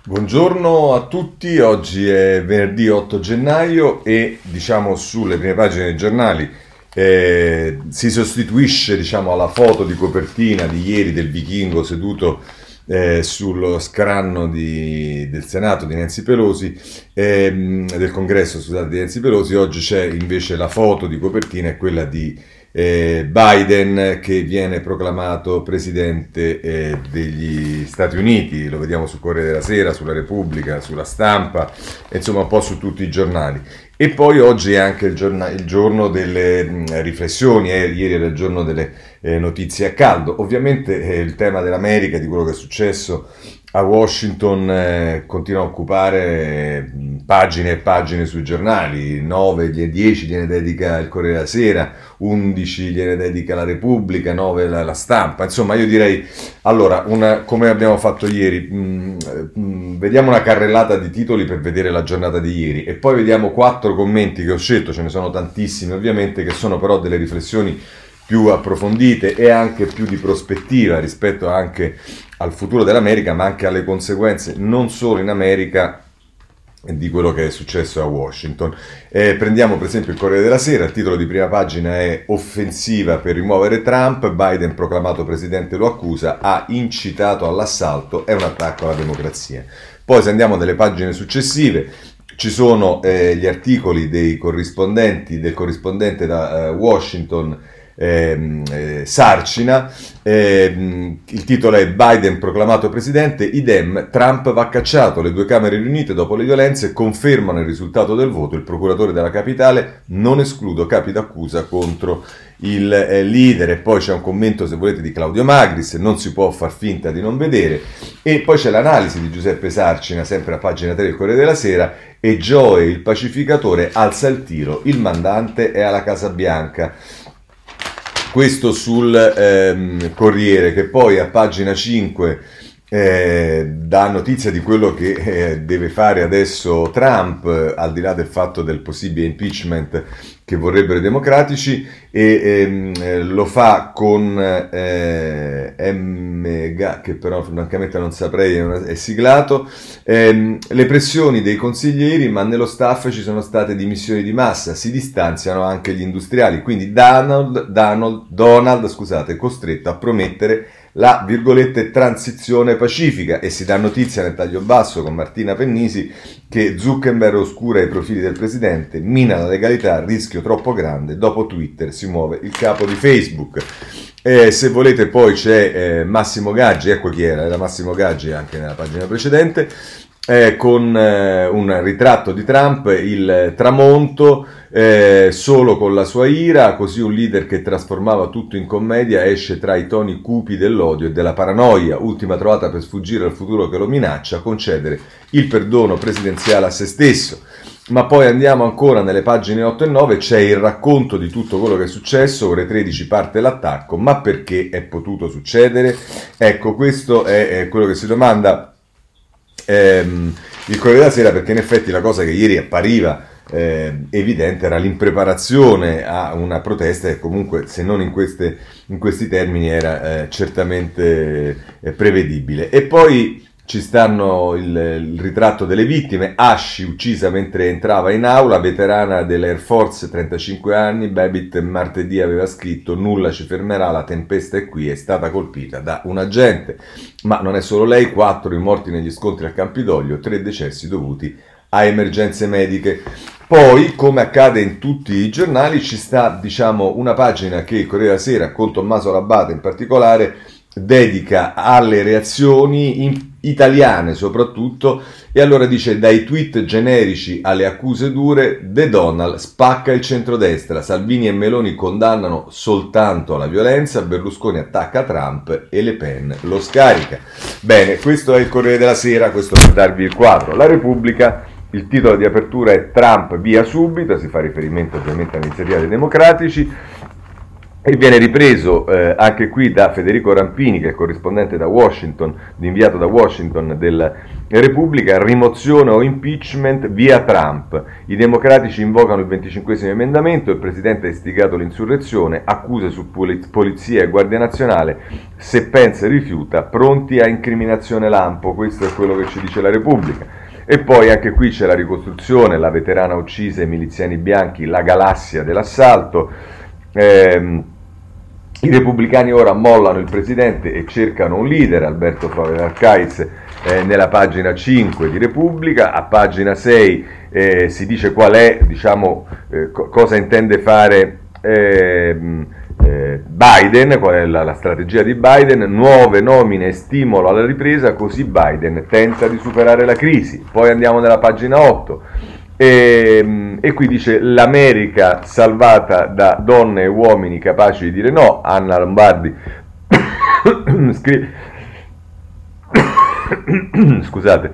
Buongiorno a tutti, oggi è venerdì 8 gennaio e diciamo sulle prime pagine dei giornali si sostituisce alla foto di copertina di ieri del vichingo seduto sullo scranno del Senato di Nancy Pelosi, del Congresso scusate, di Nancy Pelosi. Oggi c'è invece la foto di copertina, è quella di Biden, che viene proclamato presidente degli Stati Uniti. Lo vediamo sul Corriere della Sera, sulla Repubblica, sulla Stampa, insomma un po' su tutti i giornali. E poi oggi è anche il giorno delle riflessioni, ieri era il giorno delle notizie a caldo. Ovviamente il tema dell'America, di quello che è successo a Washington, continua a occupare pagine e pagine sui giornali. 9, 10 gliene dedica il Corriere della Sera, 11 gliene dedica la Repubblica, 9 la Stampa. Insomma, io direi, allora, come abbiamo fatto ieri, vediamo una carrellata di titoli per vedere la giornata di ieri e poi vediamo 4 commenti che ho scelto, ce ne sono tantissimi ovviamente, che sono però delle riflessioni più approfondite e anche più di prospettiva rispetto anche al futuro dell'America, ma anche alle conseguenze non solo in America di quello che è successo a Washington. Prendiamo per esempio il Corriere della Sera, il titolo di prima pagina è "Offensiva per rimuovere Trump, Biden proclamato presidente lo accusa, ha incitato all'assalto, è un attacco alla democrazia". Poi se andiamo nelle pagine successive ci sono gli articoli del corrispondente da Washington, Sarcina. Il titolo è "Biden proclamato presidente, idem, Trump va cacciato, le due Camere riunite dopo le violenze confermano il risultato del voto, il procuratore della capitale, non escludo capi d'accusa contro il leader". E poi c'è un commento, se volete, di Claudio Magris, non si può far finta di non vedere. E poi c'è l'analisi di Giuseppe Sarcina, sempre a pagina 3 del Corriere della Sera, e Joe, il pacificatore, alza il tiro, il mandante è alla Casa Bianca. Questo sul Corriere, che poi a pagina 5 dà notizia di quello che deve fare adesso Trump, al di là del fatto del possibile impeachment che vorrebbero i democratici, e lo fa con MG, che però francamente non saprei, è siglato. Le pressioni dei consiglieri, ma nello staff ci sono state dimissioni di massa, si distanziano anche gli industriali, quindi Donald, è costretto a promettere la virgolette transizione pacifica, e si dà notizia nel taglio basso con Martina Pennisi che Zuckerberg oscura i profili del presidente, mina la legalità, rischio troppo grande, dopo Twitter si muove il capo di Facebook. Se volete poi c'è Massimo Gaggi, ecco chi era Massimo Gaggi anche nella pagina precedente, con un ritratto di Trump, il tramonto, solo con la sua ira, così un leader che trasformava tutto in commedia esce tra i toni cupi dell'odio e della paranoia, ultima trovata per sfuggire al futuro che lo minaccia, concedere il perdono presidenziale a se stesso. Ma poi andiamo ancora nelle pagine 8 e 9, c'è il racconto di tutto quello che è successo, ore 13 parte l'attacco, ma perché è potuto succedere? Ecco, questo è quello che si domanda il Corriere della Sera, perché in effetti la cosa che ieri appariva evidente era l'impreparazione a una protesta che comunque, se non in questi termini, era certamente prevedibile. E poi ci stanno il ritratto delle vittime: Asci uccisa mentre entrava in aula, veterana dell'Air Force, 35 anni, Babbitt martedì aveva scritto "nulla ci fermerà, la tempesta è qui", è stata colpita da un agente. Ma non è solo lei, 4 i morti negli scontri al Campidoglio, 3 decessi dovuti a emergenze mediche. Poi, come accade in tutti i giornali, ci sta una pagina che il Corriere della Sera, con Tommaso Labate in particolare, dedica alle reazioni italiane soprattutto, e allora dice: dai tweet generici alle accuse dure, De Donald spacca il centrodestra, Salvini e Meloni condannano soltanto la violenza, Berlusconi attacca Trump e Le Pen lo scarica. Bene, questo è il Corriere della Sera, questo per darvi il quadro. La Repubblica, il titolo di apertura è "Trump via subito", si fa riferimento ovviamente all'iniziativa dei democratici. E viene ripreso anche qui da Federico Rampini, che è corrispondente da Washington, inviato da Washington della Repubblica: rimozione o impeachment via Trump. I democratici invocano il 25esimo emendamento, il presidente ha istigato l'insurrezione, accuse su polizia e guardia nazionale, se pensa e rifiuta, pronti a incriminazione lampo. Questo è quello che ci dice la Repubblica. E poi anche qui c'è la ricostruzione, la veterana uccisa, i miliziani bianchi, la galassia dell'assalto. I repubblicani ora mollano il presidente e cercano un leader, Alberto Florio Arcaiz, nella pagina 5 di Repubblica. A pagina 6 si dice qual è, cosa intende fare Biden, qual è la strategia di Biden: nuove nomine e stimolo alla ripresa, così Biden tenta di superare la crisi. Poi andiamo nella pagina 8. E qui dice: l'America salvata da donne e uomini capaci di dire no. Anna Lombardi scusate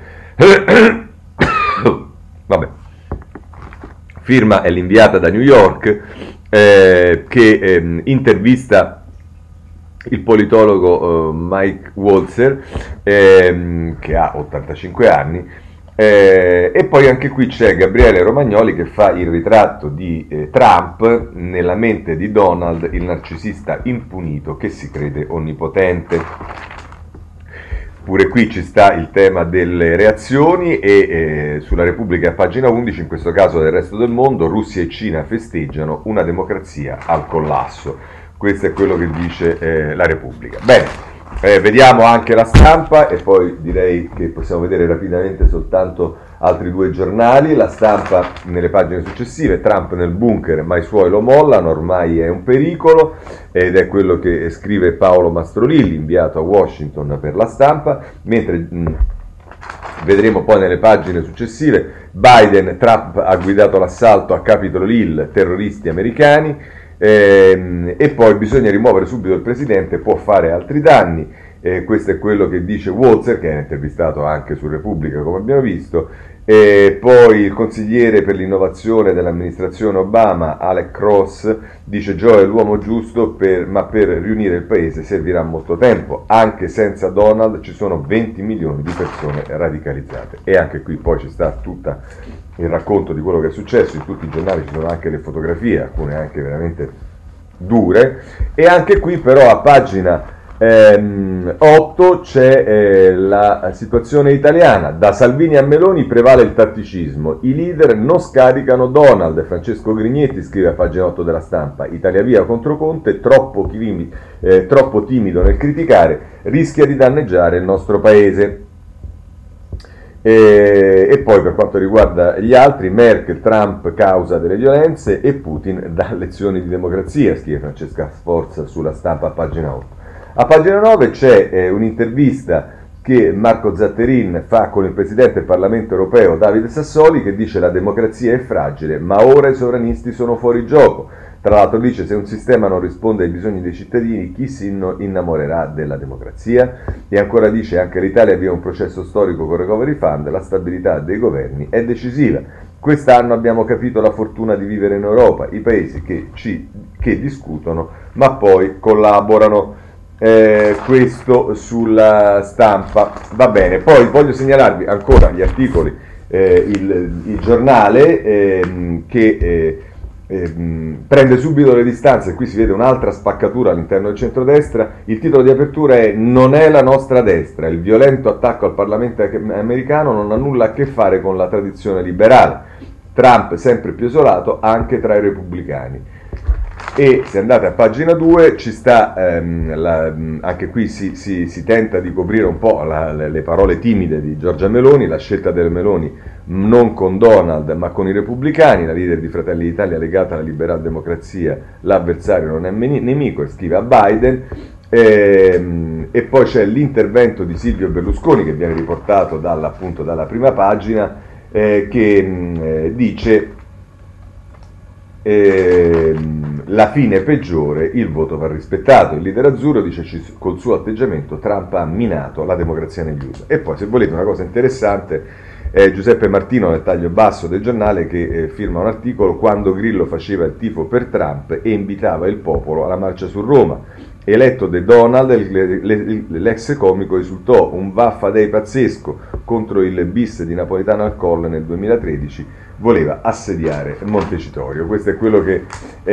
vabbè, firma è l'inviata da New York, che intervista il politologo Mike Walzer, che ha 85 anni. E poi anche qui c'è Gabriele Romagnoli che fa il ritratto di Trump nella mente di Donald, il narcisista impunito che si crede onnipotente. Pure qui ci sta il tema delle reazioni e sulla Repubblica, a pagina 11, in questo caso del resto del mondo: Russia e Cina festeggiano una democrazia al collasso. Questo è quello che dice la Repubblica. Bene. Vediamo anche la Stampa e poi direi che possiamo vedere rapidamente soltanto altri due giornali. La Stampa nelle pagine successive: Trump nel bunker ma i suoi lo mollano, ormai è un pericolo, ed è quello che scrive Paolo Mastrolilli, inviato a Washington per la Stampa. Mentre vedremo poi nelle pagine successive: Biden, Trump ha guidato l'assalto a Capitol Hill, terroristi americani. E poi bisogna rimuovere subito il presidente, può fare altri danni. Questo è quello che dice Walzer, che è intervistato anche su Repubblica, come abbiamo visto. Poi il consigliere per l'innovazione dell'amministrazione Obama, Alec Cross, dice: Joe è l'uomo giusto, ma per riunire il paese servirà molto tempo. Anche senza Donald ci sono 20 milioni di persone radicalizzate. E anche qui poi ci sta tutto il racconto di quello che è successo. In tutti i giornali ci sono anche le fotografie, alcune anche veramente dure. E anche qui però a pagina 8 c'è la situazione italiana. Da Salvini a Meloni prevale il tatticismo, i leader non scaricano Donald. Francesco Grignetti scrive a pagina 8 della Stampa: Italia Via contro Conte, troppo timido nel criticare, rischia di danneggiare il nostro paese. E poi per quanto riguarda gli altri: Merkel, Trump causa delle violenze e Putin dà lezioni di democrazia, scrive Francesca Sforza sulla Stampa a pagina 8. A pagina 9 c'è un'intervista che Marco Zatterin fa con il presidente del Parlamento europeo David Sassoli, che dice: la democrazia è fragile, ma ora i sovranisti sono fuori gioco. Tra l'altro dice: se un sistema non risponde ai bisogni dei cittadini, chi si innamorerà della democrazia? E ancora dice: anche l'Italia avvia un processo storico con Recovery Fund, la stabilità dei governi è decisiva. Quest'anno abbiamo capito la fortuna di vivere in Europa, i paesi che discutono ma poi collaborano. Questo sulla Stampa. Va bene, poi voglio segnalarvi ancora gli articoli, il giornale che prende subito le distanze. Qui si vede un'altra spaccatura all'interno del centrodestra. Il titolo di apertura è: non è la nostra destra, il violento attacco al Parlamento americano non ha nulla a che fare con la tradizione liberale, Trump sempre più isolato anche tra i repubblicani. E se andate a pagina 2 ci sta, anche qui si tenta di coprire un po' le parole timide di Giorgia Meloni, la scelta delle Meloni non con Donald ma con i repubblicani, la leader di Fratelli d'Italia legata alla liberal democrazia, l'avversario non è nemico, e scrive a Biden. E poi c'è l'intervento di Silvio Berlusconi che viene riportato appunto dalla prima pagina, che dice: la fine è peggiore, il voto va rispettato. Il leader azzurro dice: col suo atteggiamento Trump ha minato la democrazia negli USA. E poi, se volete una cosa interessante, È Giuseppe Martino nel taglio basso del giornale che firma un articolo: quando Grillo faceva il tifo per Trump e invitava il popolo alla marcia su Roma. Eletto De Donald, l'ex comico esultò: un vaffa dei pazzesco contro il bis di Napolitano al Colle nel 2013, voleva assediare Montecitorio. Questo è quello che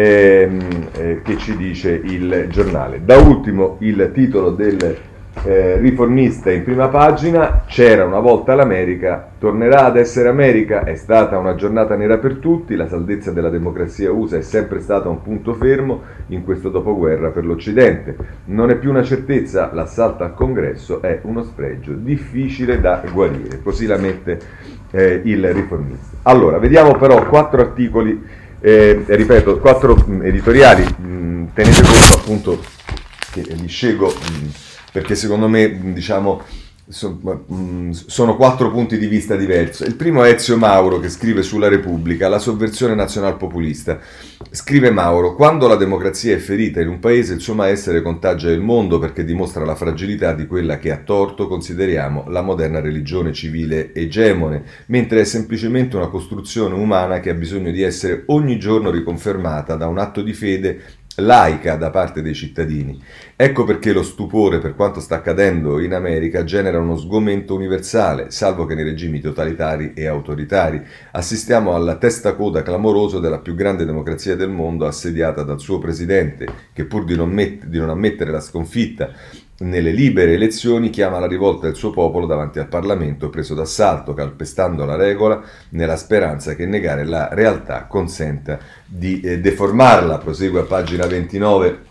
ci dice il giornale. Da ultimo il titolo del Riformista in prima pagina: c'era una volta l'America, tornerà ad essere America, è stata una giornata nera per tutti, la saldezza della democrazia USA è sempre stata un punto fermo in questo dopoguerra per l'Occidente, non è più una certezza, l'assalto al Congresso è uno sfregio difficile da guarire, così la mette il Riformista. Allora, vediamo però 4 articoli, ripeto, 4 editoriali, tenete conto appunto che li scelgo perché secondo me, diciamo, sono 4 punti di vista diversi. Il primo è Ezio Mauro, che scrive sulla Repubblica: la sovversione nazionalpopulista. Scrive Mauro: quando la democrazia è ferita in un paese, il suo malessere contagia il mondo perché dimostra la fragilità di quella che a torto consideriamo la moderna religione civile egemone, mentre è semplicemente una costruzione umana che ha bisogno di essere ogni giorno riconfermata da un atto di fede laica da parte dei cittadini. Ecco perché lo stupore per quanto sta accadendo in America genera uno sgomento universale, salvo che nei regimi totalitari e autoritari assistiamo alla testacoda clamoroso della più grande democrazia del mondo, assediata dal suo presidente, che pur di non ammettere la sconfitta nelle libere elezioni chiama alla rivolta del suo popolo davanti al Parlamento preso d'assalto, calpestando la regola nella speranza che negare la realtà consenta di deformarla. Prosegue a pagina 29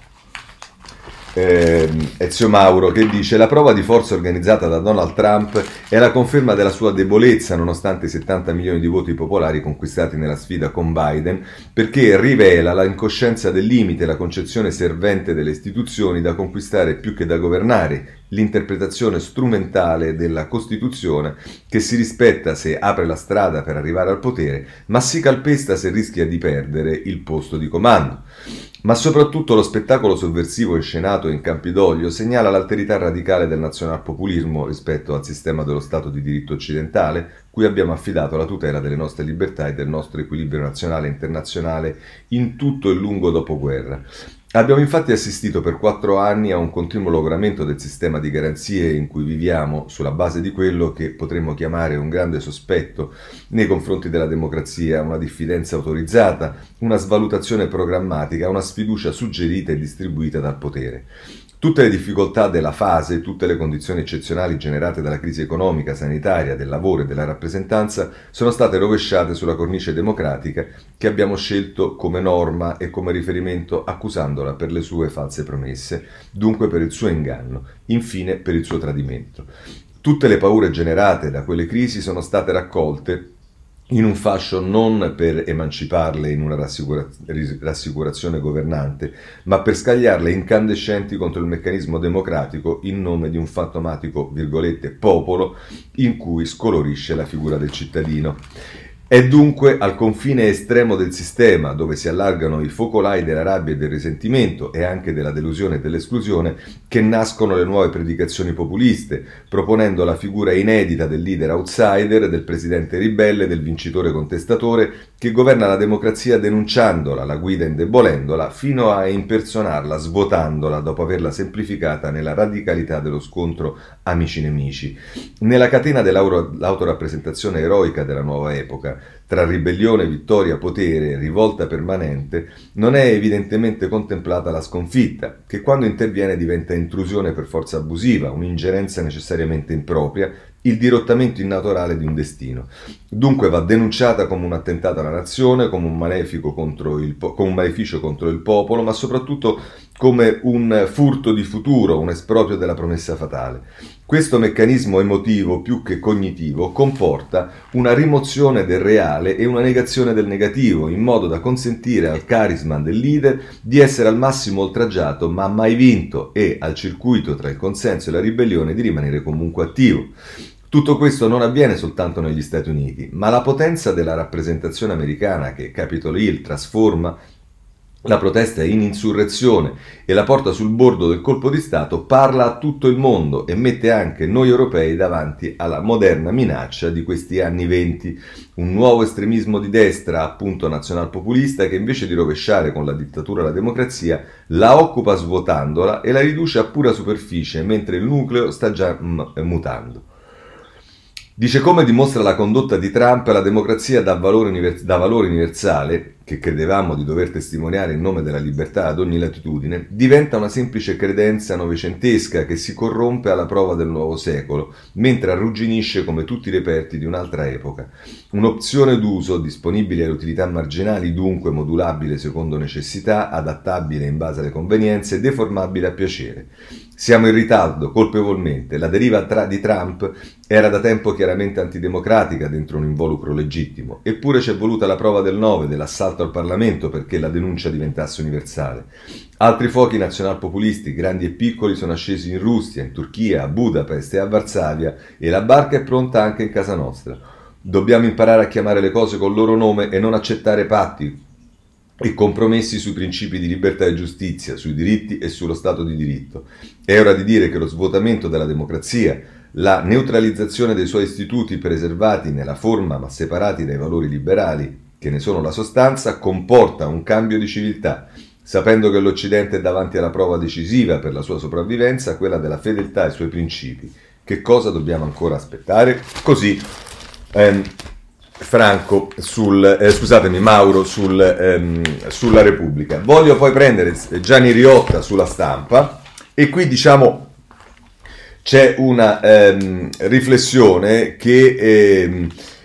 Ezio Mauro, che dice: la prova di forza organizzata da Donald Trump è la conferma della sua debolezza nonostante i 70 milioni di voti popolari conquistati nella sfida con Biden, perché rivela la incoscienza del limite, la concezione servente delle istituzioni da conquistare più che da governare, l'interpretazione strumentale della Costituzione che si rispetta se apre la strada per arrivare al potere, ma si calpesta se rischia di perdere il posto di comando. Ma soprattutto lo spettacolo sovversivo inscenato in Campidoglio segnala l'alterità radicale del nazionalpopulismo rispetto al sistema dello Stato di diritto occidentale, cui abbiamo affidato la tutela delle nostre libertà e del nostro equilibrio nazionale e internazionale in tutto il lungo dopoguerra. Abbiamo infatti assistito per 4 anni a un continuo logoramento del sistema di garanzie in cui viviamo, sulla base di quello che potremmo chiamare un grande sospetto nei confronti della democrazia, una diffidenza autorizzata, una svalutazione programmatica, una sfiducia suggerita e distribuita dal potere. Tutte le difficoltà della fase, tutte le condizioni eccezionali generate dalla crisi economica, sanitaria, del lavoro e della rappresentanza sono state rovesciate sulla cornice democratica che abbiamo scelto come norma e come riferimento, accusandola per le sue false promesse, dunque per il suo inganno, infine per il suo tradimento. Tutte le paure generate da quelle crisi sono state raccolte in un fascio non per emanciparle in una rassicurazione governante, ma per scagliarle incandescenti contro il meccanismo democratico in nome di un fantomatico, virgolette, popolo in cui scolorisce la figura del cittadino. È dunque al confine estremo del sistema, dove si allargano i focolai della rabbia e del risentimento e anche della delusione e dell'esclusione, che nascono le nuove predicazioni populiste, proponendo la figura inedita del leader outsider, del presidente ribelle, del vincitore contestatore, che governa la democrazia denunciandola, la guida indebolendola, fino a impersonarla, svuotandola, dopo averla semplificata nella radicalità dello scontro amici-nemici. Nella catena dell'autorappresentazione eroica della nuova epoca, tra ribellione, vittoria, potere, rivolta permanente, non è evidentemente contemplata la sconfitta, che quando interviene diventa intrusione per forza abusiva, un'ingerenza necessariamente impropria, il dirottamento innaturale di un destino. Dunque va denunciata come un attentato alla nazione, come un maleficio contro il popolo, ma soprattutto come un furto di futuro, un esproprio della promessa fatale. Questo meccanismo emotivo più che cognitivo comporta una rimozione del reale e una negazione del negativo, in modo da consentire al carisma del leader di essere al massimo oltraggiato ma mai vinto e al circuito tra il consenso e la ribellione di rimanere comunque attivo. Tutto questo non avviene soltanto negli Stati Uniti, ma la potenza della rappresentazione americana che Capitol Hill trasforma La protesta è in insurrezione e la porta sul bordo del colpo di Stato parla a tutto il mondo e mette anche noi europei davanti alla moderna minaccia di questi anni venti. Un nuovo estremismo di destra, appunto nazionalpopulista, che invece di rovesciare con la dittatura la democrazia, la occupa svuotandola e la riduce a pura superficie, mentre il nucleo sta già mutando. Dice: come dimostra la condotta di Trump, la democrazia dà valore universale, che credevamo di dover testimoniare in nome della libertà ad ogni latitudine, diventa una semplice credenza novecentesca che si corrompe alla prova del nuovo secolo, mentre arrugginisce come tutti i reperti di un'altra epoca. Un'opzione d'uso, disponibile alle utilità marginali, dunque modulabile secondo necessità, adattabile in base alle convenienze, deformabile a piacere. Siamo in ritardo, colpevolmente. La deriva di Trump era da tempo chiaramente antidemocratica dentro un involucro legittimo, eppure ci è voluta la prova del 9, dell'assalto al Parlamento, perché la denuncia diventasse universale. Altri fuochi nazionalpopulisti, grandi e piccoli, sono scesi in Russia, in Turchia, a Budapest e a Varsavia, e la barca è pronta anche in casa nostra. Dobbiamo imparare a chiamare le cose col loro nome e non accettare patti e compromessi sui principi di libertà e giustizia, sui diritti e sullo Stato di diritto. È ora di dire che lo svuotamento della democrazia, la neutralizzazione dei suoi istituti preservati nella forma ma separati dai valori liberali, che ne sono la sostanza, comporta un cambio di civiltà, sapendo che l'Occidente è davanti alla prova decisiva per la sua sopravvivenza, quella della fedeltà ai suoi principi. Che cosa dobbiamo ancora aspettare? Così Mauro sulla Repubblica. Voglio poi prendere Gianni Riotta sulla Stampa, e qui diciamo c'è una riflessione che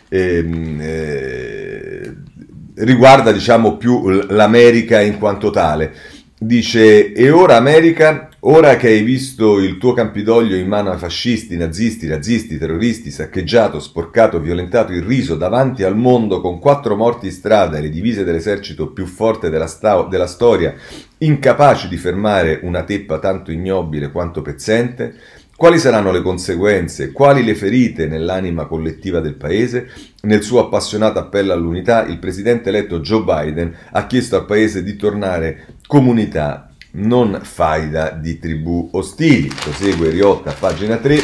riguarda diciamo più l'America in quanto tale. Dice: e ora America, ora che hai visto il tuo Campidoglio in mano ai fascisti, nazisti, razzisti, terroristi, saccheggiato, sporcato, violentato, irriso davanti al mondo, con 4 morti in strada e le divise dell'esercito più forte della storia, incapaci di fermare una teppa tanto ignobile quanto pezzente, quali saranno le conseguenze, quali le ferite nell'anima collettiva del paese? Nel suo appassionato appello all'unità, il presidente eletto Joe Biden ha chiesto al paese di tornare comunità, non faida di tribù ostili. Prosegue Riotta a pagina 3.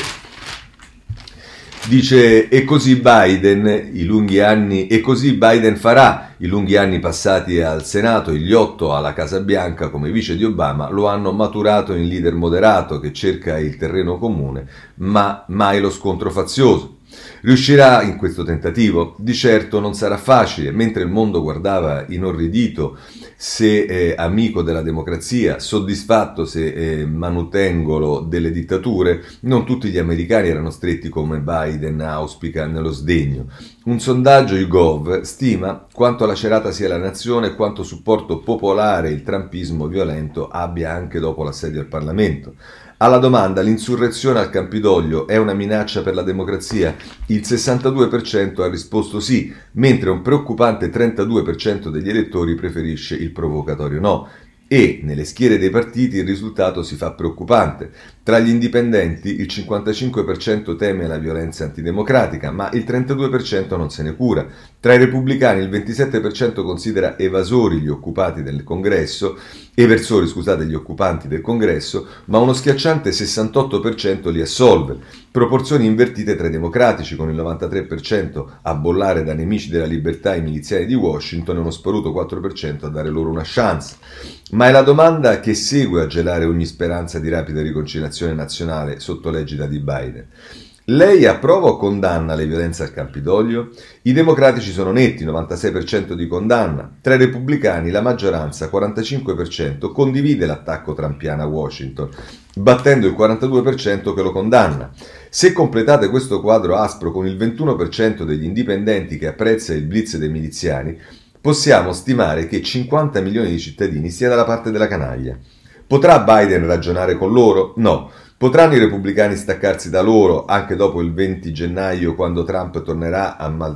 Dice: e così Biden farà. I lunghi anni passati al Senato, gli 8 alla Casa Bianca come vice di Obama, lo hanno maturato in leader moderato che cerca il terreno comune, ma mai lo scontro fazioso. Riuscirà in questo tentativo? Di certo non sarà facile. Mentre il mondo guardava inorridito se amico della democrazia, soddisfatto se manutengolo delle dittature, non tutti gli americani erano stretti come Biden auspica nello sdegno. Un sondaggio YouGov stima quanto lacerata sia la nazione e quanto supporto popolare il trumpismo violento abbia anche dopo l'assedio al Parlamento. Alla domanda: l'insurrezione al Campidoglio è una minaccia per la democrazia? Il 62% ha risposto sì, mentre un preoccupante 32% degli elettori preferisce il provocatorio no. E nelle schiere dei partiti il risultato si fa preoccupante. Tra gli indipendenti il 55% teme la violenza antidemocratica, ma il 32% non se ne cura. Tra i repubblicani il 27% considera evasori gli occupanti del Congresso, gli occupanti del Congresso, ma uno schiacciante 68% li assolve. Proporzioni invertite tra i democratici, con il 93% a bollare da nemici della libertà i miliziani di Washington e uno sparuto 4% a dare loro una chance. Ma è la domanda che segue a gelare ogni speranza di rapida riconciliazione nazionale sotto l'egida di Biden. Lei approva o condanna le violenze al Campidoglio? I democratici sono netti, 96% di condanna. Tra i repubblicani la maggioranza, 45%, condivide l'attacco trumpiano a Washington, battendo il 42% che lo condanna. Se completate questo quadro aspro con il 21% degli indipendenti che apprezza il blitz dei miliziani, possiamo stimare che 50 milioni di cittadini sia dalla parte della canaglia. Potrà Biden ragionare con loro? No. Potranno i repubblicani staccarsi da loro anche dopo il 20 gennaio, quando Trump tornerà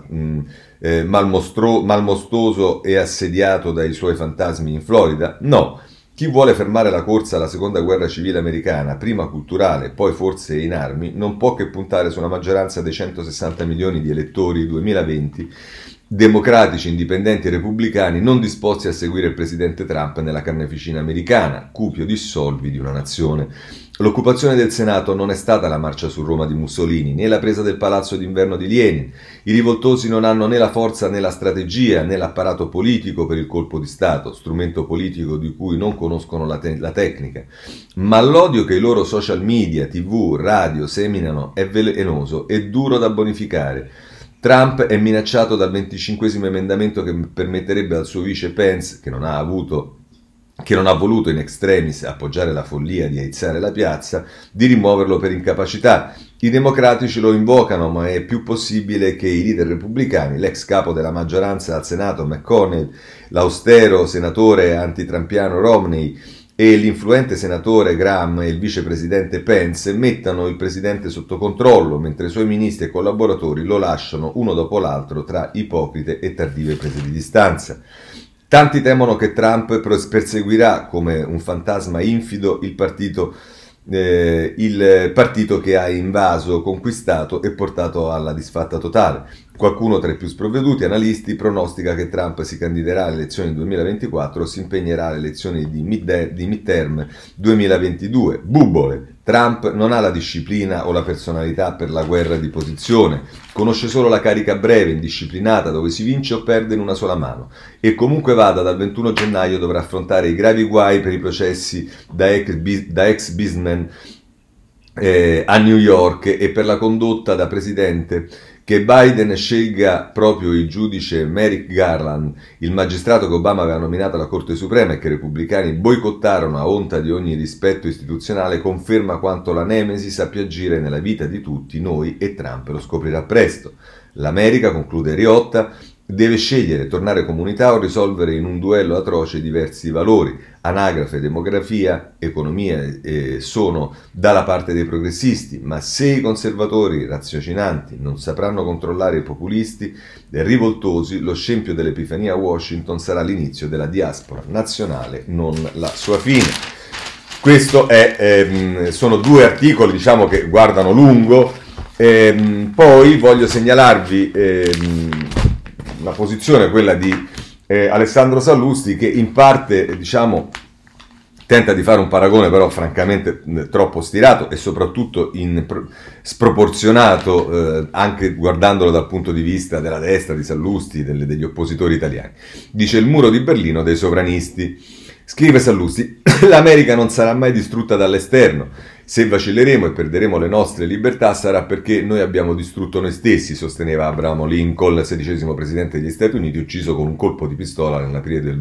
malmostoso e assediato dai suoi fantasmi in Florida? No. Chi vuole fermare la corsa alla seconda guerra civile americana, prima culturale, poi forse in armi, non può che puntare su una maggioranza dei 160 milioni di elettori 2020 democratici, indipendenti e repubblicani non disposti a seguire il presidente Trump nella carneficina americana, cupio dissolvi di una nazione. L'occupazione del Senato non è stata la marcia su Roma di Mussolini, né la presa del palazzo d'inverno di Lenin. I rivoltosi non hanno né la forza né la strategia né l'apparato politico per il colpo di Stato, strumento politico di cui non conoscono la tecnica. Ma l'odio che i loro social media, TV, radio seminano è velenoso e duro da bonificare. Trump è minacciato dal 25esimo emendamento che permetterebbe al suo vice Pence, che non ha voluto in extremis appoggiare la follia di aizzare la piazza, di rimuoverlo per incapacità. I democratici lo invocano, ma è più possibile che i leader repubblicani, l'ex capo della maggioranza al Senato McConnell, l'austero senatore antitrampiano Romney e l'influente senatore Graham e il vicepresidente Pence mettano il presidente sotto controllo, mentre i suoi ministri e collaboratori lo lasciano uno dopo l'altro tra ipocrite e tardive prese di distanza. Tanti temono che Trump perseguirà come un fantasma infido il partito che ha invaso, conquistato e portato alla disfatta totale. Qualcuno tra i più sprovveduti analisti pronostica che Trump si candiderà alle elezioni 2024 o si impegnerà alle elezioni di midterm 2022. Bubole! Trump non ha la disciplina o la personalità per la guerra di posizione, conosce solo la carica breve, indisciplinata, dove si vince o perde in una sola mano. E comunque vada, dal 21 gennaio dovrà affrontare i gravi guai per i processi da ex businessman a New York e per la condotta da presidente. Che Biden scelga proprio il giudice Merrick Garland, il magistrato che Obama aveva nominato alla Corte Suprema e che i repubblicani boicottarono a onta di ogni rispetto istituzionale, conferma quanto la nemesi sappia agire nella vita di tutti noi e Trump lo scoprirà presto. L'America, conclude Riotta, deve scegliere tornare comunità o risolvere in un duello atroce diversi valori. Anagrafe, demografia, economia sono dalla parte dei progressisti, ma se i conservatori raziocinanti non sapranno controllare i populisti rivoltosi, lo scempio dell'Epifania a Washington sarà l'inizio della diaspora nazionale, non la sua fine. Questo sono due articoli, diciamo, che guardano lungo. Poi voglio segnalarvi una posizione, quella di Alessandro Sallusti, che in parte, diciamo, tenta di fare un paragone però francamente troppo stirato e soprattutto sproporzionato, anche guardandolo dal punto di vista della destra, di Sallusti, degli oppositori italiani. Dice: il muro di Berlino dei sovranisti. Scrive Sallusti: l'America non sarà mai distrutta dall'esterno. Se vacilleremo e perderemo le nostre libertà sarà perché noi abbiamo distrutto noi stessi, sosteneva Abraham Lincoln, 16° presidente degli Stati Uniti, ucciso con un colpo di pistola nell'aprile del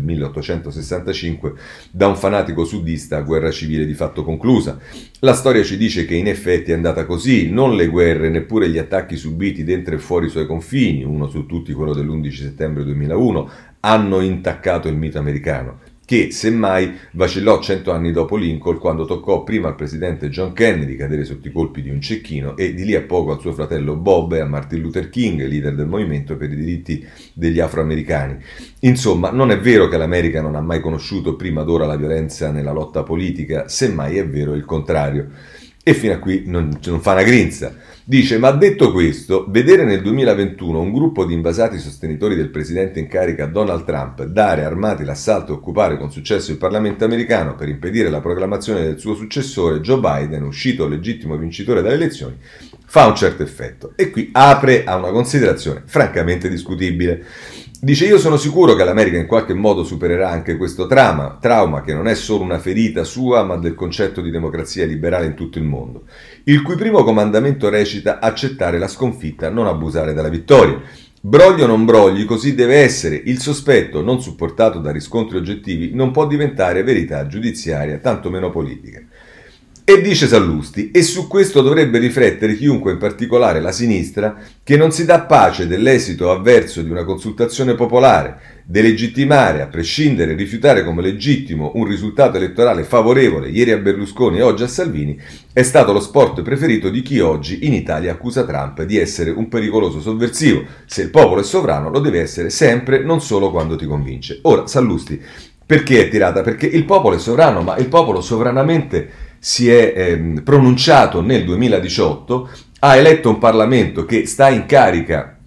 1865 da un fanatico sudista a guerra civile di fatto conclusa. La storia ci dice che in effetti è andata così, non le guerre, neppure gli attacchi subiti dentro e fuori i suoi confini, uno su tutti quello dell'11 settembre 2001, hanno intaccato il mito americano, che semmai vacillò 100 anni dopo Lincoln, quando toccò prima al presidente John Kennedy cadere sotto i colpi di un cecchino e di lì a poco al suo fratello Bob e a Martin Luther King, leader del movimento per i diritti degli afroamericani. Insomma, non è vero che l'America non ha mai conosciuto prima d'ora la violenza nella lotta politica, semmai è vero il contrario. E fino a qui non fa una grinza. Dice: ma detto questo, vedere nel 2021 un gruppo di invasati sostenitori del presidente in carica Donald Trump dare armati l'assalto e occupare con successo il Parlamento americano per impedire la proclamazione del suo successore Joe Biden, uscito legittimo vincitore dalle elezioni, fa un certo effetto. E qui apre a una considerazione francamente discutibile. Dice: io sono sicuro che l'America in qualche modo supererà anche questo trauma che non è solo una ferita sua, ma del concetto di democrazia liberale in tutto il mondo, il cui primo comandamento recita accettare la sconfitta, non abusare della vittoria. Broglio o non brogli, così deve essere. Il sospetto, non supportato da riscontri oggettivi, non può diventare verità giudiziaria, tanto meno politica. E dice Sallusti: e su questo dovrebbe riflettere chiunque, in particolare la sinistra, che non si dà pace dell'esito avverso di una consultazione popolare. Delegittimare, a prescindere, rifiutare come legittimo un risultato elettorale favorevole ieri a Berlusconi e oggi a Salvini è stato lo sport preferito di chi oggi in Italia accusa Trump di essere un pericoloso sovversivo. Se il popolo è sovrano lo deve essere sempre, non solo quando ti convince. Ora, Sallusti, perché è tirata? Perché il popolo è sovrano, ma il popolo sovranamente si è pronunciato nel 2018, ha eletto un Parlamento che sta in carica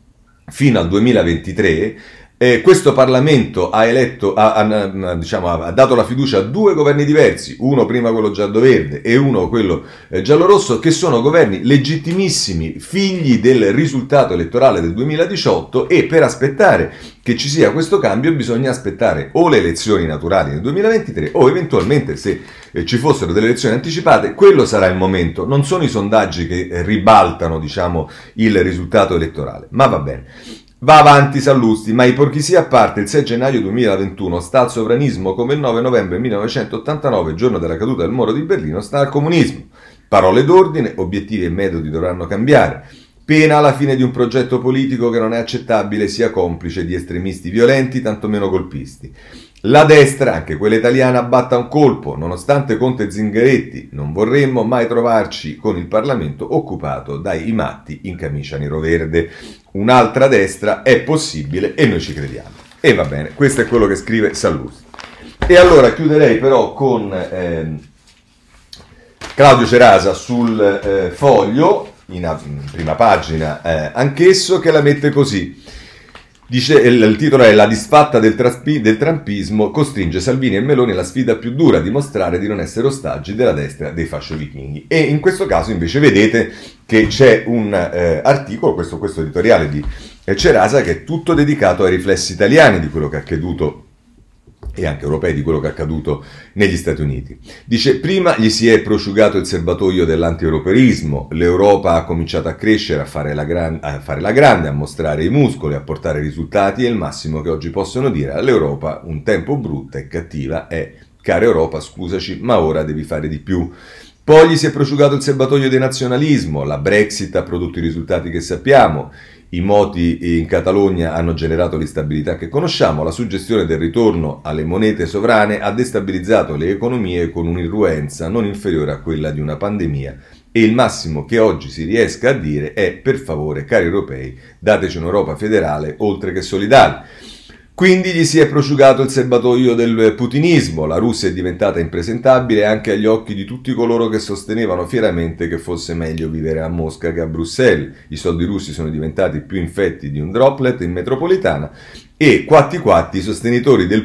fino al 2023. Questo Parlamento ha dato la fiducia a due governi diversi, uno prima quello giallo-verde e uno quello giallo-rosso, che sono governi legittimissimi, figli del risultato elettorale del 2018, e per aspettare che ci sia questo cambio bisogna aspettare o le elezioni naturali nel 2023 o eventualmente, se ci fossero delle elezioni anticipate, quello sarà il momento. Non sono i sondaggi che ribaltano, diciamo, il risultato elettorale, ma va bene. Va avanti Sallusti, ma ipocrisia a parte, il 6 gennaio 2021 sta al sovranismo come il 9 novembre 1989, giorno della caduta del muro di Berlino, sta al comunismo. Parole d'ordine, obiettivi e metodi dovranno cambiare. Pena alla fine di un progetto politico che non è accettabile sia complice di estremisti violenti, tantomeno golpisti. La destra, anche quella italiana, batta un colpo, nonostante Conte e Zingaretti. Non vorremmo mai trovarci con il Parlamento occupato dai matti in camicia nero-verde. Un'altra destra è possibile e noi ci crediamo. E va bene, questo è quello che scrive Sallusti. E allora chiuderei però con Claudio Cerasa sul Foglio, in prima pagina anch'esso, che la mette così. Dice, il titolo è "La disfatta del trumpismo costringe Salvini e Meloni alla sfida più dura, dimostrare di non essere ostaggi della destra dei fasciovichinghi". E in questo caso invece vedete che c'è un articolo, questo editoriale di Cerasa, che è tutto dedicato ai riflessi italiani di quello che è accaduto, e anche europei, di quello che è accaduto negli Stati Uniti. Dice: prima gli si è prosciugato il serbatoio dell'anti-europeismo, l'Europa ha cominciato a crescere, a fare la grande, a mostrare i muscoli, a portare risultati, e il massimo che oggi possono dire all'Europa, un tempo brutta e cattiva, è: cara Europa, scusaci, ma ora devi fare di più. Poi gli si è prosciugato il serbatoio del nazionalismo, la Brexit ha prodotto i risultati che sappiamo, i moti in Catalogna hanno generato l'instabilità che conosciamo, la suggestione del ritorno alle monete sovrane ha destabilizzato le economie con un'irruenza non inferiore a quella di una pandemia, e il massimo che oggi si riesca a dire è: per favore, cari europei, dateci un'Europa federale oltre che solidale. Quindi gli si è prosciugato il serbatoio del putinismo, la Russia è diventata impresentabile anche agli occhi di tutti coloro che sostenevano fieramente che fosse meglio vivere a Mosca che a Bruxelles, i soldi russi sono diventati più infetti di un droplet in metropolitana, e quatti i sostenitori del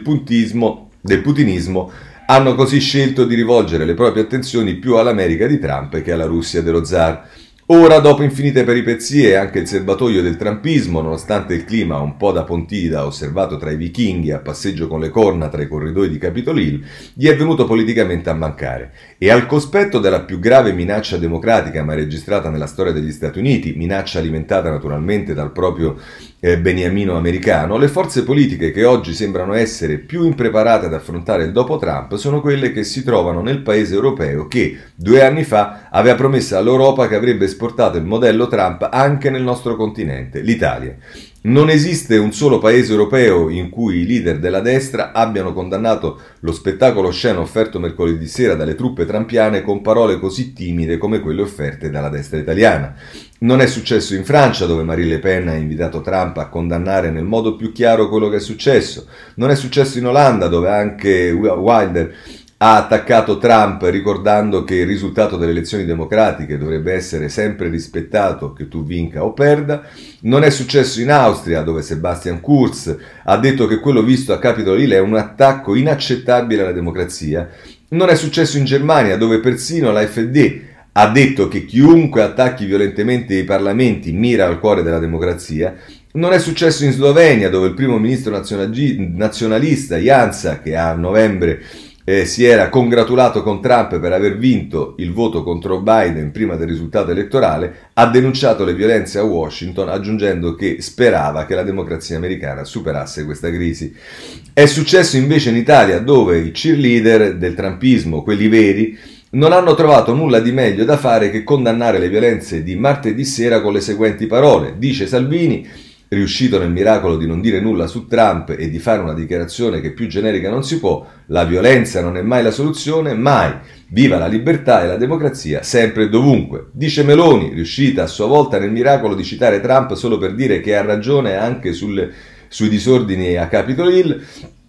putinismo hanno così scelto di rivolgere le proprie attenzioni più all'America di Trump che alla Russia dello zar. Ora, dopo infinite peripezie, anche il serbatoio del trumpismo, nonostante il clima un po' da Pontida osservato tra i vichinghi a passeggio con le corna tra i corridoi di Capitol Hill, gli è venuto politicamente a mancare. E al cospetto della più grave minaccia democratica mai registrata nella storia degli Stati Uniti, minaccia alimentata naturalmente dal proprio beniamino americano, le forze politiche che oggi sembrano essere più impreparate ad affrontare il dopo Trump sono quelle che si trovano nel paese europeo che 2 anni fa aveva promesso all'Europa che avrebbe esportato il modello Trump anche nel nostro continente, l'Italia. Non esiste un solo paese europeo in cui i leader della destra abbiano condannato lo spettacolo osceno offerto mercoledì sera dalle truppe trampiane con parole così timide come quelle offerte dalla destra italiana. Non è successo in Francia, dove Marine Le Pen ha invitato Trump a condannare nel modo più chiaro quello che è successo. Non è successo in Olanda, dove anche Wilder ha attaccato Trump ricordando che il risultato delle elezioni democratiche dovrebbe essere sempre rispettato, che tu vinca o perda. Non è successo in Austria, dove Sebastian Kurz ha detto che quello visto a Capitol Hill è un attacco inaccettabile alla democrazia. Non è successo in Germania, dove persino l'AfD ha detto che chiunque attacchi violentemente i parlamenti mira al cuore della democrazia. Non è successo in Slovenia, dove il primo ministro nazionalista Janša, che a novembre si era congratulato con Trump per aver vinto il voto contro Biden prima del risultato elettorale, ha denunciato le violenze a Washington, aggiungendo che sperava che la democrazia americana superasse questa crisi. È successo invece in Italia, dove i cheerleader del trumpismo, quelli veri, non hanno trovato nulla di meglio da fare che condannare le violenze di martedì sera con le seguenti parole. Dice Salvini, riuscito nel miracolo di non dire nulla su Trump e di fare una dichiarazione che più generica non si può: la violenza non è mai la soluzione, mai. Viva la libertà e la democrazia, sempre e dovunque. Dice Meloni, riuscita a sua volta nel miracolo di citare Trump solo per dire che ha ragione anche sui disordini a Capitol Hill.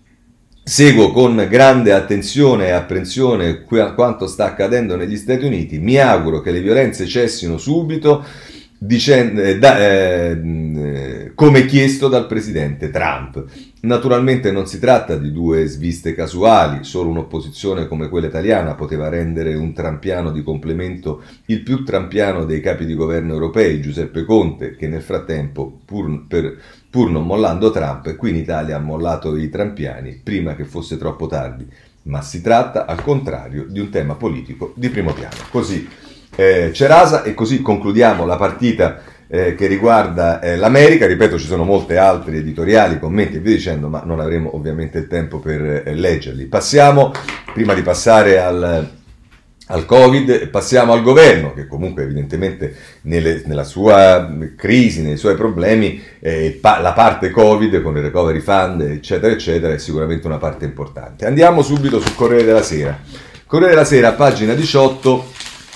Seguo con grande attenzione e apprensione quanto sta accadendo negli Stati Uniti. Mi auguro che le violenze cessino subito. come chiesto dal presidente Trump. Naturalmente non si tratta di due sviste casuali, solo un'opposizione come quella italiana poteva rendere un trampiano di complemento il più trampiano dei capi di governo europei, Giuseppe Conte, che nel frattempo, pur non mollando Trump, qui in Italia ha mollato i trampiani prima che fosse troppo tardi. Ma si tratta, al contrario, di un tema politico di primo piano. Così Cerasa, e così concludiamo la partita che riguarda l'America. Ripeto, ci sono molte altre editoriali, commenti e via dicendo, ma non avremo ovviamente il tempo per leggerli. Passiamo, prima di passare al Covid, passiamo al governo, che comunque evidentemente nella sua crisi, nei suoi problemi, la parte Covid con il recovery fund, eccetera, eccetera, è sicuramente una parte importante. Andiamo subito sul Corriere della Sera. Corriere della Sera, pagina 18,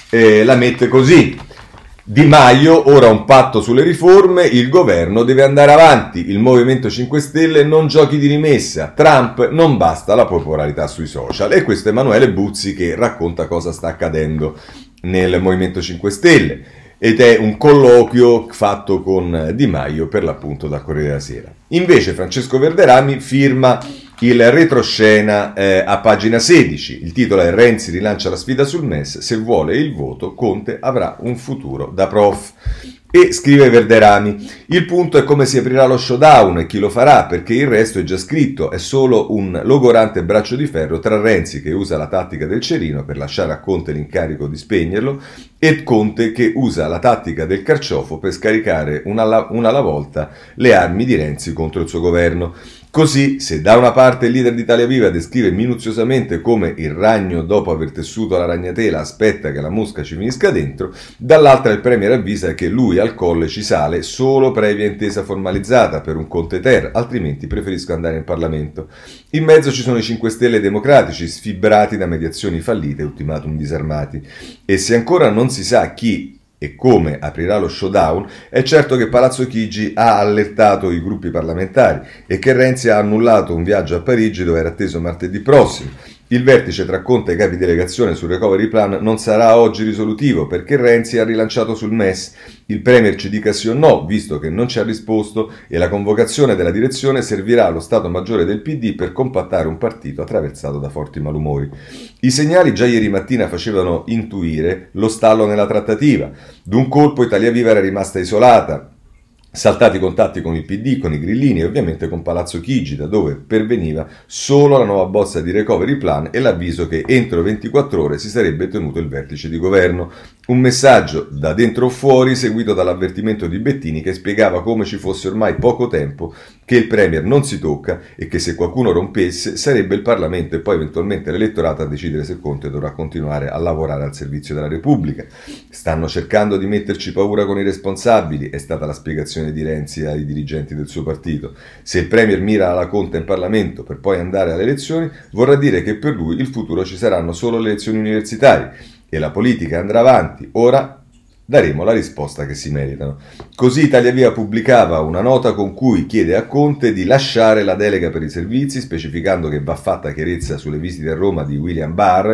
la mette così: Di Maio, ora un patto sulle riforme, il governo deve andare avanti, il Movimento 5 Stelle non giochi di rimessa, Trump non basta la popolarità sui social. E questo è Emanuele Buzzi che racconta cosa sta accadendo nel Movimento 5 Stelle, ed è un colloquio fatto con Di Maio per l'appunto dal Corriere della Sera. Invece Francesco Verderami firma il retroscena a pagina 16, il titolo è Renzi rilancia la sfida sul MES, se vuole il voto Conte avrà un futuro da prof. E scrive Verderami, il punto è come si aprirà lo showdown e chi lo farà, perché il resto è già scritto, è solo un logorante braccio di ferro tra Renzi che usa la tattica del cerino per lasciare a Conte l'incarico di spegnerlo e Conte che usa la tattica del carciofo per scaricare una alla volta le armi di Renzi contro il suo governo. Così, se da una parte il leader di Italia Viva descrive minuziosamente come il ragno dopo aver tessuto la ragnatela aspetta che la mosca ci finisca dentro, dall'altra il premier avvisa che lui al colle ci sale solo previa intesa formalizzata per un Conte Ter, altrimenti preferisco andare in Parlamento. In mezzo ci sono i 5 Stelle democratici sfibrati da mediazioni fallite e ultimatum disarmati. E se ancora non si sa chi e come aprirà lo showdown, è certo che Palazzo Chigi ha allertato i gruppi parlamentari e che Renzi ha annullato un viaggio a Parigi dove era atteso martedì prossimo. Il vertice tra Conte e i capi delegazione sul recovery plan non sarà oggi risolutivo perché Renzi ha rilanciato sul MES. Il premier ci dica sì o no, visto che non ci ha risposto, e la convocazione della direzione servirà allo Stato Maggiore del PD per compattare un partito attraversato da forti malumori. I segnali già ieri mattina facevano intuire lo stallo nella trattativa. D'un colpo Italia Viva era rimasta isolata, saltati i contatti con il PD, con i grillini e ovviamente con Palazzo Chigi, da dove perveniva solo la nuova bozza di recovery plan e l'avviso che entro 24 ore si sarebbe tenuto il vertice di governo. Un messaggio da dentro o fuori seguito dall'avvertimento di Bettini che spiegava come ci fosse ormai poco tempo, che il premier non si tocca e che se qualcuno rompesse sarebbe il Parlamento e poi eventualmente l'elettorato a decidere se Conte dovrà continuare a lavorare al servizio della Repubblica. Stanno cercando di metterci paura con i responsabili, è stata la spiegazione di Renzi ai dirigenti del suo partito. Se il premier mira alla Conte in Parlamento per poi andare alle elezioni, vorrà dire che per lui il futuro ci saranno solo le elezioni universitarie e la politica andrà avanti. Ora daremo la risposta che si meritano. Così Italia Viva pubblicava una nota con cui chiede a Conte di lasciare la delega per i servizi, specificando che va fatta chiarezza sulle visite a Roma di William Barr,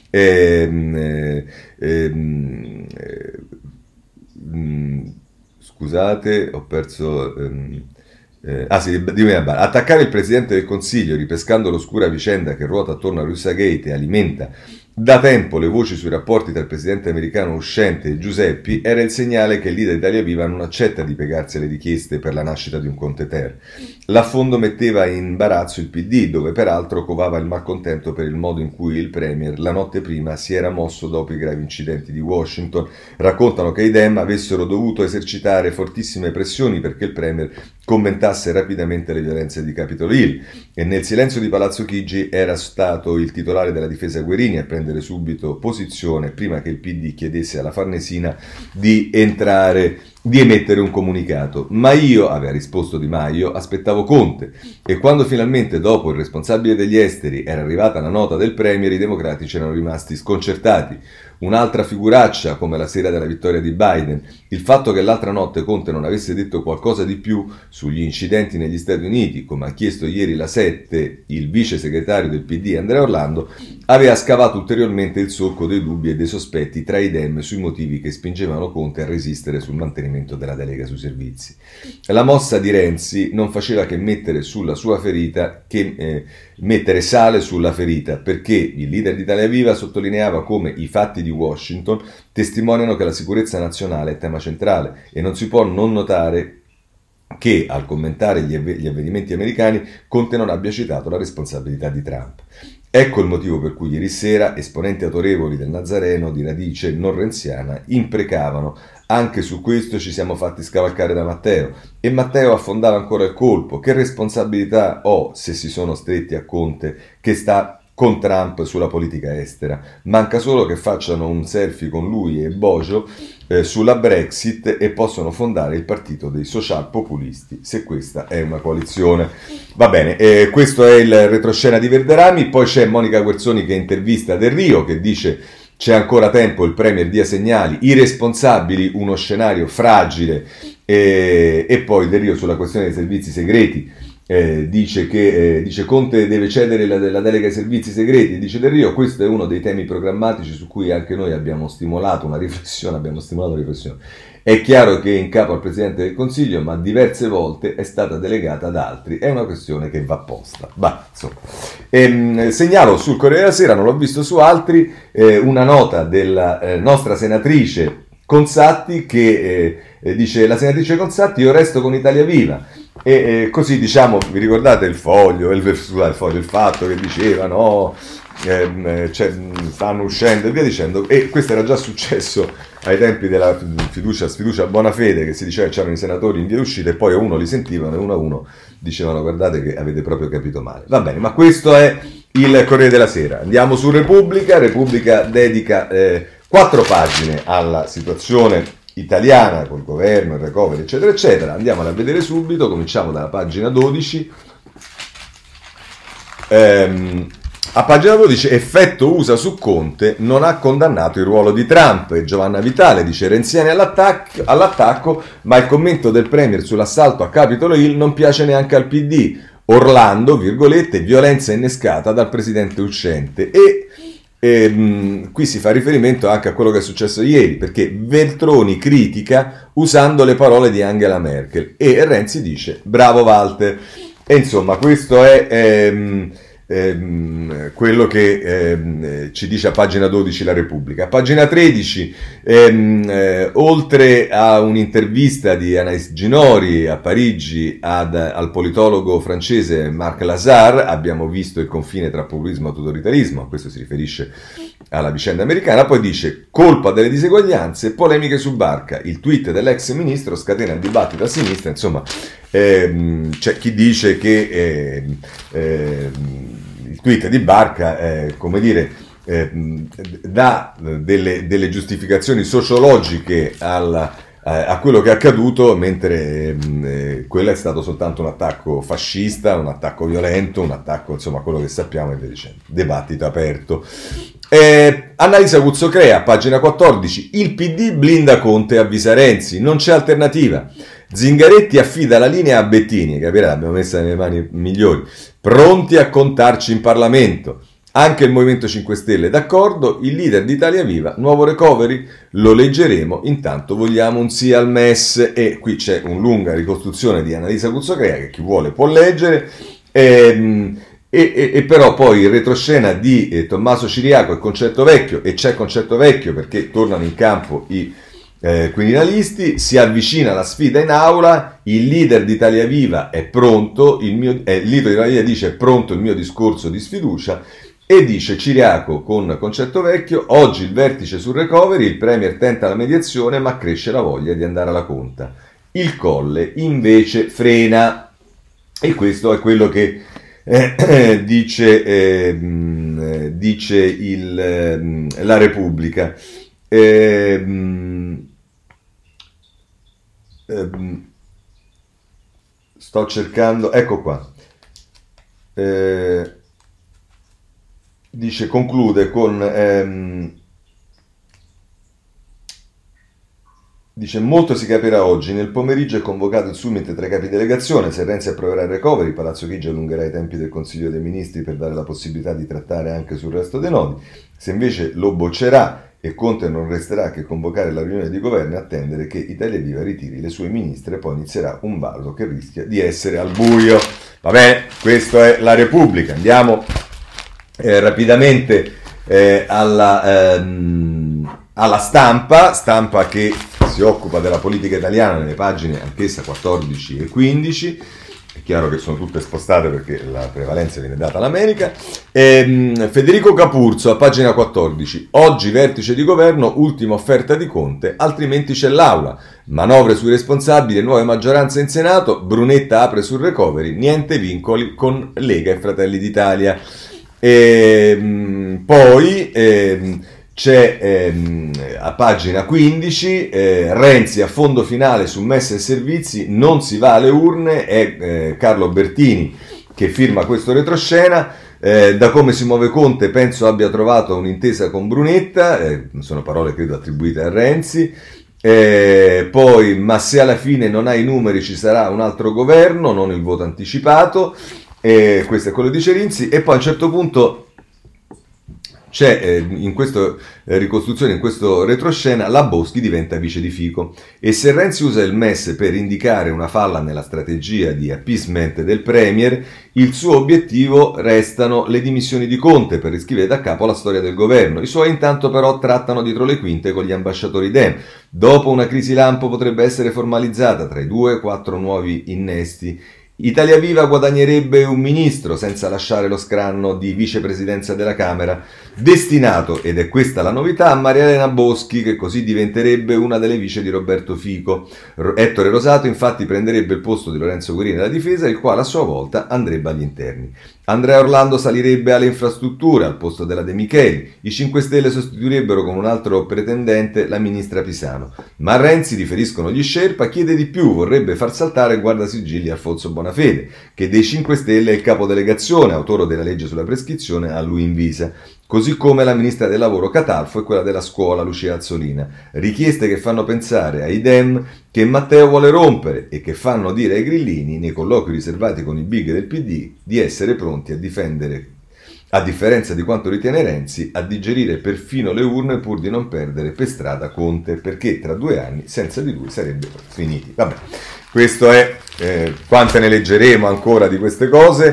scusate, ho perso... attaccare il Presidente del Consiglio ripescando l'oscura vicenda che ruota attorno a Russagate e alimenta da tempo le voci sui rapporti tra il presidente americano uscente e Giuseppi era il segnale che il leader di Italia Viva non accetta di piegarsi alle richieste per la nascita di un Conte Ter. L'affondo metteva in imbarazzo il PD, dove peraltro covava il malcontento per il modo in cui il premier la notte prima si era mosso dopo i gravi incidenti di Washington. Raccontano che i Dem avessero dovuto esercitare fortissime pressioni perché il premier commentasse rapidamente le violenze di Capitol Hill e nel silenzio di Palazzo Chigi era stato il titolare della difesa Guerini a prendere subito posizione prima che il PD chiedesse alla Farnesina di emettere un comunicato. Ma io, aveva risposto Di Maio, aspettavo Conte e quando finalmente dopo il responsabile degli esteri era arrivata la nota del premier i democratici erano rimasti sconcertati. Un'altra figuraccia come la sera della vittoria di Biden, il fatto che l'altra notte Conte non avesse detto qualcosa di più sugli incidenti negli Stati Uniti, come ha chiesto ieri la 7, il vice segretario del PD Andrea Orlando, aveva scavato ulteriormente il solco dei dubbi e dei sospetti tra i Dem sui motivi che spingevano Conte a resistere sul mantenimento mantenimento della delega sui servizi. La mossa di Renzi non faceva che mettere sulla sua ferita, mettere sale sulla ferita, perché il leader di Italia Viva sottolineava come i fatti di Washington testimoniano che la sicurezza nazionale è tema centrale e non si può non notare che al commentare gli avvenimenti americani Conte non abbia citato la responsabilità di Trump. Ecco il motivo per cui ieri sera esponenti autorevoli del Nazareno di radice non renziana imprecavano: anche su questo ci siamo fatti scavalcare da Matteo, e Matteo affondava ancora il colpo: che responsabilità ho se si sono stretti a Conte che sta con Trump sulla politica estera? Manca solo che facciano un selfie con lui e Bojo sulla Brexit e possono fondare il partito dei social populisti, se questa è una coalizione. Va bene, questo è il retroscena di Verderami. Poi c'è Monica Guerzoni che intervista Del Rio, che dice: c'è ancora tempo, il Premier dia segnali, i responsabili, uno scenario fragile, e poi Del Rio sulla questione dei servizi segreti dice che Conte deve cedere la delega ai servizi segreti. Dice Del Rio: questo è uno dei temi programmatici su cui anche noi abbiamo stimolato una riflessione. È chiaro che è in capo al Presidente del Consiglio, ma diverse volte è stata delegata ad altri. È una questione che va posta. Segnalo sul Corriere della Sera, non l'ho visto su altri, una nota della nostra senatrice Consatti che dice: la senatrice Consatti, io resto con Italia Viva. E così, diciamo, vi ricordate il fatto che diceva no, stanno uscendo e via dicendo, e questo era già successo ai tempi della sfiducia a buona fede, che si diceva che c'erano i senatori in via d'uscita e poi a uno li sentivano e uno a uno dicevano: guardate che avete proprio capito male. Va bene, ma questo è il Corriere della Sera. Andiamo su Repubblica dedica 4 pagine alla situazione italiana col governo, il recovery, eccetera eccetera. Andiamola a vedere subito, cominciamo dalla pagina 12. A pagina 12: effetto USA su Conte, non ha condannato il ruolo di Trump. E Giovanna Vitale dice: renziani all'attacco, ma il commento del Premier sull'assalto a Capitol Hill non piace neanche al PD. Orlando, virgolette, violenza innescata dal presidente uscente. Qui si fa riferimento anche a quello che è successo ieri, perché Veltroni critica usando le parole di Angela Merkel e Renzi dice: bravo Walter. E insomma, questo è quello che ci dice a pagina 12 la Repubblica. A pagina 13, oltre a un'intervista di Anaïs Ginori a Parigi al politologo francese Marc Lazare, abbiamo visto il confine tra populismo e autoritarismo. Questo si riferisce alla vicenda americana. Poi dice: colpa delle diseguaglianze, polemiche su Barca, il tweet dell'ex ministro scatena il dibattito a sinistra. Insomma, c'è chi dice che il tweet di Barca, dà delle giustificazioni sociologiche a quello che è accaduto, mentre quello è stato soltanto un attacco fascista, un attacco violento, un attacco, insomma, quello che sappiamo, e via dicendo. Dibattito aperto. Annalisa Cuzzocrea, pagina 14: il PD blinda Conte e avvisa Renzi, non c'è alternativa. Zingaretti affida la linea a Bettini, capirà, l'abbiamo messa nelle mani migliori, pronti a contarci in Parlamento. Anche il Movimento 5 Stelle d'accordo, il leader di Italia Viva, nuovo recovery, lo leggeremo, intanto vogliamo un sì al MES. E qui c'è una lunga ricostruzione di Annalisa Cuzzocrea che chi vuole può leggere, e però poi il retroscena di Tommaso Ciriaco e Concetto Vecchio, e c'è Concetto Vecchio perché tornano in campo i quirinalisti, si avvicina la sfida in aula, il leader di Italia Viva è pronto, il leader di Italia Viva dice: è pronto il mio discorso di sfiducia. E dice Ciriaco con Concetto Vecchio: oggi il vertice sul recovery, il Premier tenta la mediazione ma cresce la voglia di andare alla conta, il Colle invece frena. E questo è quello che dice la Repubblica. Sto cercando, ecco qua. Dice, conclude con dice: molto si capirà oggi, nel pomeriggio è convocato il summit tra i capi delegazione, se Renzi approverà il recovery, Palazzo Chigi allungherà i tempi del Consiglio dei Ministri per dare la possibilità di trattare anche sul resto dei nodi, se invece lo boccerà e Conte non resterà che convocare la riunione di governo e attendere che Italia Viva ritiri le sue ministre, poi inizierà un ballo che rischia di essere al buio. Vabbè, questo è La Repubblica. Andiamo rapidamente alla stampa che si occupa della politica italiana nelle pagine anch'essa 14 e 15. È chiaro che sono tutte spostate perché la prevalenza viene data all'America. Federico Capurzo a pagina 14: oggi vertice di governo, ultima offerta di Conte, altrimenti c'è l'aula, manovre sui responsabili e nuove maggioranze in Senato, Brunetta apre sul recovery, niente vincoli con Lega e Fratelli d'Italia. Poi c'è a pagina 15 Renzi a fondo finale su messe e servizi, non si va alle urne, è Carlo Bertini che firma questo retroscena. Da come si muove Conte penso abbia trovato un'intesa con Brunetta, sono parole credo attribuite a Renzi. Poi ma se alla fine non ha i numeri ci sarà un altro governo, non il voto anticipato. Questo è quello di Renzi. E poi a un certo punto c'è in questa ricostruzione, in questo retroscena, la Boschi diventa vice di Fico, e se Renzi usa il MES per indicare una falla nella strategia di appeasement del Premier, il suo obiettivo restano le dimissioni di Conte per riscrivere da capo la storia del governo. I suoi intanto però trattano dietro le quinte con gli ambasciatori Dem. Dopo una crisi lampo potrebbe essere formalizzata tra i 2 e 4 nuovi innesti. Italia Viva guadagnerebbe un ministro senza lasciare lo scranno di vicepresidenza della Camera, destinato, ed è questa la novità, a Maria Elena Boschi, che così diventerebbe una delle vice di Roberto Fico. Ettore Rosato infatti prenderebbe il posto di Lorenzo Guerini alla difesa, il quale a sua volta andrebbe agli interni. Andrea Orlando salirebbe alle infrastrutture al posto della De Micheli. I 5 Stelle sostituirebbero con un altro pretendente la ministra Pisano. Ma Renzi, riferiscono gli Sherpa, chiede di più, vorrebbe far saltare il guardasigilli Alfonso Bonafede, che dei 5 Stelle è il capodelegazione, autore della legge sulla prescrizione, a lui invisa. Così come la ministra del lavoro Catalfo e quella della scuola Lucia Azzolina. Richieste che fanno pensare ai Dem che Matteo vuole rompere e che fanno dire ai grillini, nei colloqui riservati con i big del PD, di essere pronti a difendere, a differenza di quanto ritiene Renzi, a digerire perfino le urne pur di non perdere per strada Conte, perché tra 2 anni senza di lui sarebbero finiti. Vabbè, questo è, quante ne leggeremo ancora di queste cose,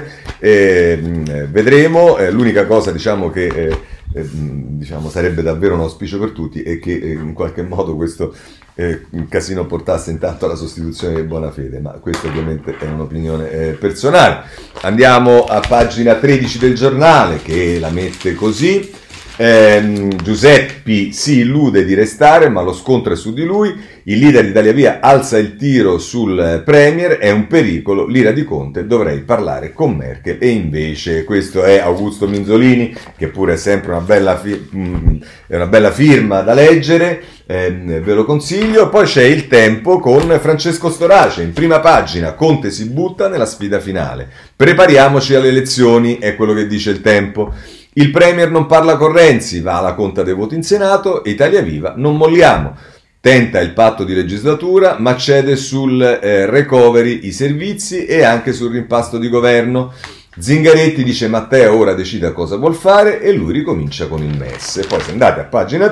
vedremo. L'unica cosa diciamo che diciamo sarebbe davvero un auspicio per tutti è che in qualche modo questo casino portasse intanto alla sostituzione di Bonafede, ma questa ovviamente è un'opinione personale. Andiamo a pagina 13 del Giornale, che la mette così: Giuseppi si illude di restare, ma lo scontro è su di lui. Il leader di Italia Via alza il tiro sul Premier, è un pericolo, l'ira di Conte, dovrei parlare con Merkel. E invece questo è Augusto Minzolini, che pure è sempre una bella firma da leggere, ve lo consiglio. Poi c'è Il Tempo con Francesco Storace, in prima pagina: Conte si butta nella sfida finale, prepariamoci alle elezioni, è quello che dice Il Tempo. Il Premier non parla con Renzi, va alla conta dei voti in Senato, e Italia Viva non molliamo. Tenta il patto di legislatura, ma cede sul recovery, i servizi e anche sul rimpasto di governo. Zingaretti dice Matteo ora decida cosa vuol fare e lui ricomincia con il MES. Poi se andate a pagina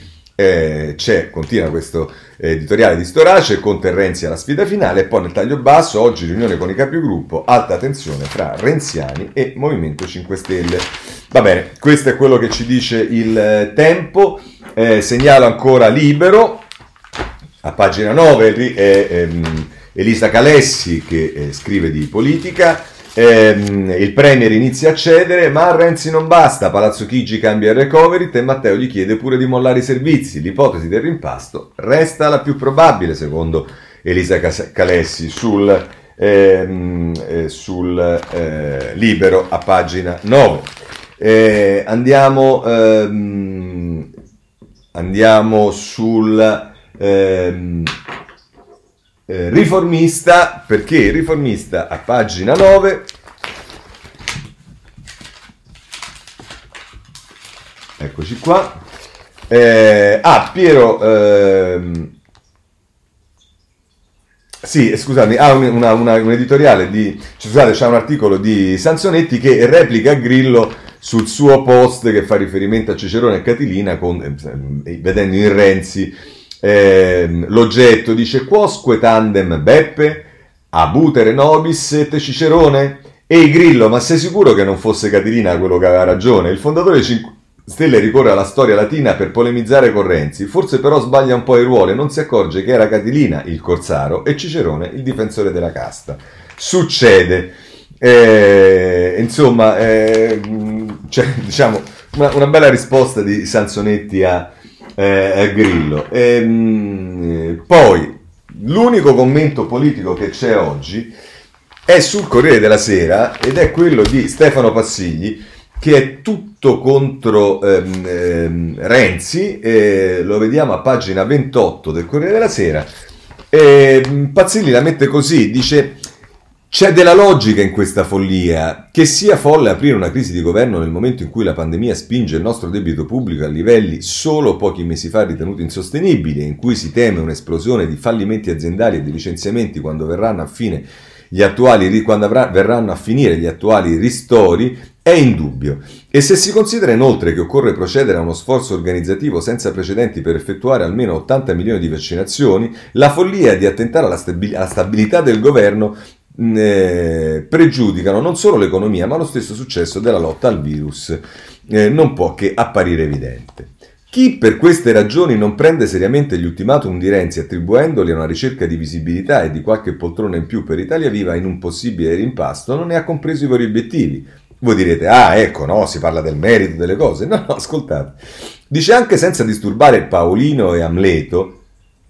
3 continua questo editoriale di Storace, Conte e Renzi alla sfida finale, e poi nel taglio basso: oggi riunione con i capigruppo, alta tensione fra renziani e Movimento 5 Stelle. Va bene, questo è quello che ci dice Il Tempo. Segnalo ancora Libero, a pagina 9 Elisa Calessi che scrive di politica. Il Premier inizia a cedere, ma a Renzi non basta. Palazzo Chigi cambia il recovery e Matteo gli chiede pure di mollare i servizi. L'ipotesi del rimpasto resta la più probabile, secondo Elisa Calessi, sul Libero a pagina 9. Andiamo sul Riformista, perché il Riformista a pagina 9, eccoci qua, Piero, sì, scusate, un editoriale c'è un articolo di Sansonetti che replica Grillo sul suo post che fa riferimento a Cicerone e Catilina, vedendo in Renzi l'oggetto, dice quosque tandem Beppe, abutere nobis et Cicerone? Ehi Grillo, ma sei sicuro che non fosse Catilina quello che aveva ragione? Il fondatore dei 5 Stelle ricorre alla storia latina per polemizzare con Renzi, forse però sbaglia un po' i ruoli e non si accorge che era Catilina il corsaro e Cicerone il difensore della casta. Succede, insomma, c'è, diciamo, una bella risposta di Sansonetti a Grillo. Poi, l'unico commento politico che c'è oggi è sul Corriere della Sera ed è quello di Stefano Passigli, che è tutto contro Renzi, lo vediamo a pagina 28 del Corriere della Sera. Passigli la mette così, dice: c'è della logica in questa follia, che sia folle aprire una crisi di governo nel momento in cui la pandemia spinge il nostro debito pubblico a livelli solo pochi mesi fa ritenuti insostenibili e in cui si teme un'esplosione di fallimenti aziendali e di licenziamenti quando verranno a finire gli attuali ristori, è indubbio. E se si considera inoltre che occorre procedere a uno sforzo organizzativo senza precedenti per effettuare almeno 80 milioni di vaccinazioni, la follia di attentare alla stabilità del governo pregiudicano non solo l'economia ma lo stesso successo della lotta al virus non può che apparire evidente. Chi per queste ragioni non prende seriamente gli ultimatum di Renzi attribuendoli a una ricerca di visibilità e di qualche poltrona in più per Italia Viva in un possibile rimpasto non ne ha compreso i veri obiettivi. Voi direte, ecco, no, si parla del merito delle cose. No, ascoltate. Dice anche senza disturbare Polonio e Amleto,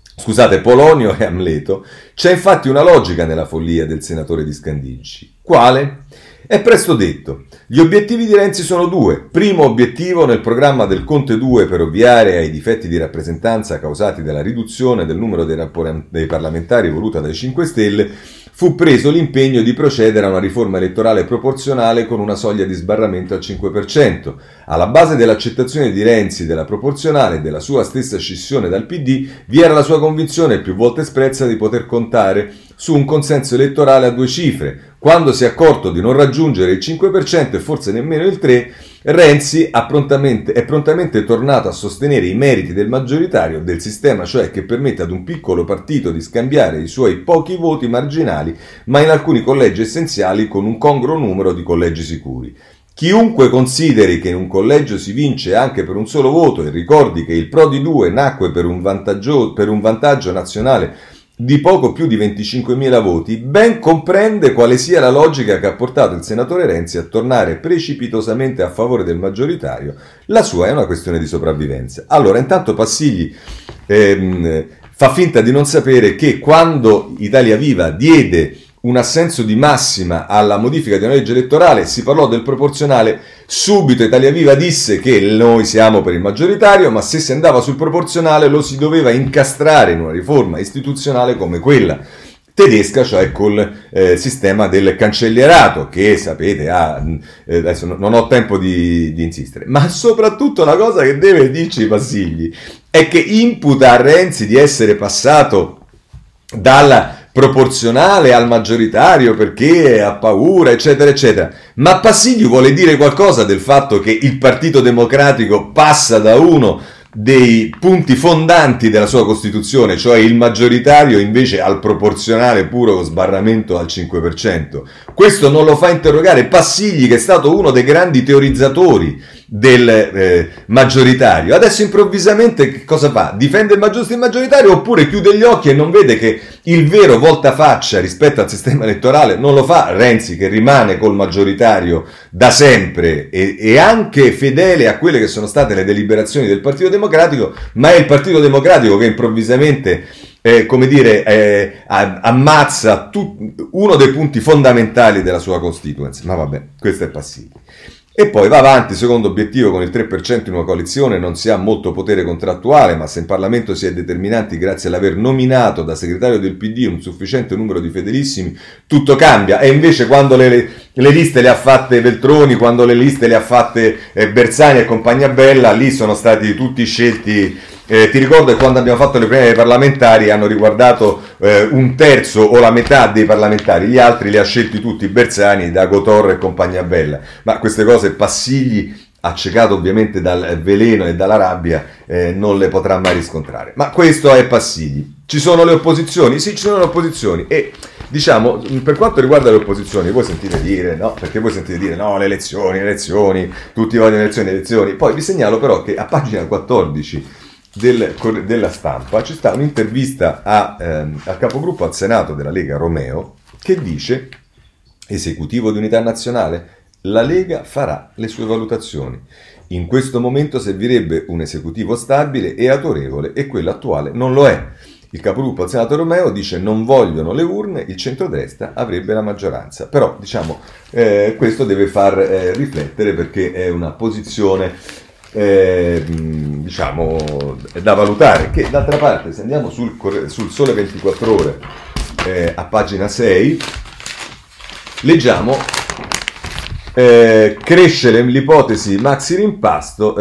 c'è infatti una logica nella follia del senatore di Scandicci. Quale? È presto detto. Gli obiettivi di Renzi sono due. Primo obiettivo nel programma del Conte 2 per ovviare ai difetti di rappresentanza causati dalla riduzione del numero dei parlamentari voluta dai 5 Stelle, fu preso l'impegno di procedere a una riforma elettorale proporzionale con una soglia di sbarramento al 5%. Alla base dell'accettazione di Renzi della proporzionale e della sua stessa scissione dal PD vi era la sua convinzione più volte espressa di poter contare su un consenso elettorale a 2 cifre. Quando si è accorto di non raggiungere il 5% e forse nemmeno il 3%, Renzi è prontamente tornato a sostenere i meriti del maggioritario, del sistema cioè che permette ad un piccolo partito di scambiare i suoi pochi voti marginali, ma in alcuni collegi essenziali con un congruo numero di collegi sicuri. Chiunque consideri che in un collegio si vince anche per un solo voto e ricordi che il Prodi 2 nacque per un vantaggio nazionale di poco più di 25.000 voti, ben comprende quale sia la logica che ha portato il senatore Renzi a tornare precipitosamente a favore del maggioritario. La sua è una questione di sopravvivenza. Allora, intanto Passigli fa finta di non sapere che quando Italia Viva diede un assenso di massima alla modifica di una legge elettorale, si parlò del proporzionale, subito Italia Viva disse che noi siamo per il maggioritario, ma se si andava sul proporzionale lo si doveva incastrare in una riforma istituzionale come quella tedesca, cioè col sistema del cancellierato, che sapete adesso non ho tempo di insistere, ma soprattutto la cosa che deve dirci Passigli è che imputa a Renzi di essere passato dalla proporzionale al maggioritario perché ha paura, eccetera, eccetera. Ma Passigli vuole dire qualcosa del fatto che il Partito Democratico passa da uno dei punti fondanti della sua Costituzione, cioè il maggioritario, invece al proporzionale puro con sbarramento al 5%. Questo non lo fa interrogare Passigli, che è stato uno dei grandi teorizzatori del maggioritario. Adesso improvvisamente che cosa fa? Difende il maggioritario oppure chiude gli occhi e non vede che il vero voltafaccia rispetto al sistema elettorale non lo fa Renzi, che rimane col maggioritario da sempre e anche fedele a quelle che sono state le deliberazioni del Partito Democratico, ma è il Partito Democratico che improvvisamente ammazza uno dei punti fondamentali della sua constituenza. Ma vabbè, questo è Passigli. E poi va avanti, secondo obiettivo, con il 3% in una coalizione non si ha molto potere contrattuale, ma se in Parlamento si è determinanti grazie all'aver nominato da segretario del PD un sufficiente numero di fedelissimi, tutto cambia. E invece quando le liste le ha fatte Veltroni, quando le liste le ha fatte Bersani e compagnia bella, lì sono stati tutti scelti Ti ricordo che quando abbiamo fatto le prime parlamentari hanno riguardato un terzo o la metà dei parlamentari, gli altri li ha scelti tutti Bersani, Dago Torre e compagnia bella, ma queste cose Passigli, accecato ovviamente dal veleno e dalla rabbia, non le potrà mai riscontrare. Ma questo è Passigli. Ci sono le opposizioni? Sì, ci sono le opposizioni e diciamo, per quanto riguarda le opposizioni, voi sentite dire, no, perché voi sentite dire no, le elezioni, tutti vogliono elezioni, poi vi segnalo però che a pagina 14 della Stampa ci sta un'intervista al capogruppo al Senato della Lega Romeo che dice: esecutivo di unità nazionale, la Lega farà le sue valutazioni. In questo momento servirebbe un esecutivo stabile e autorevole e quello attuale non lo è. Il capogruppo al Senato Romeo dice non vogliono le urne, il centrodestra avrebbe la maggioranza. Però diciamo questo deve far riflettere, perché è una posizione diciamo da valutare, che d'altra parte se andiamo sul Sole 24 Ore a pagina 6 leggiamo cresce l'ipotesi maxi rimpasto,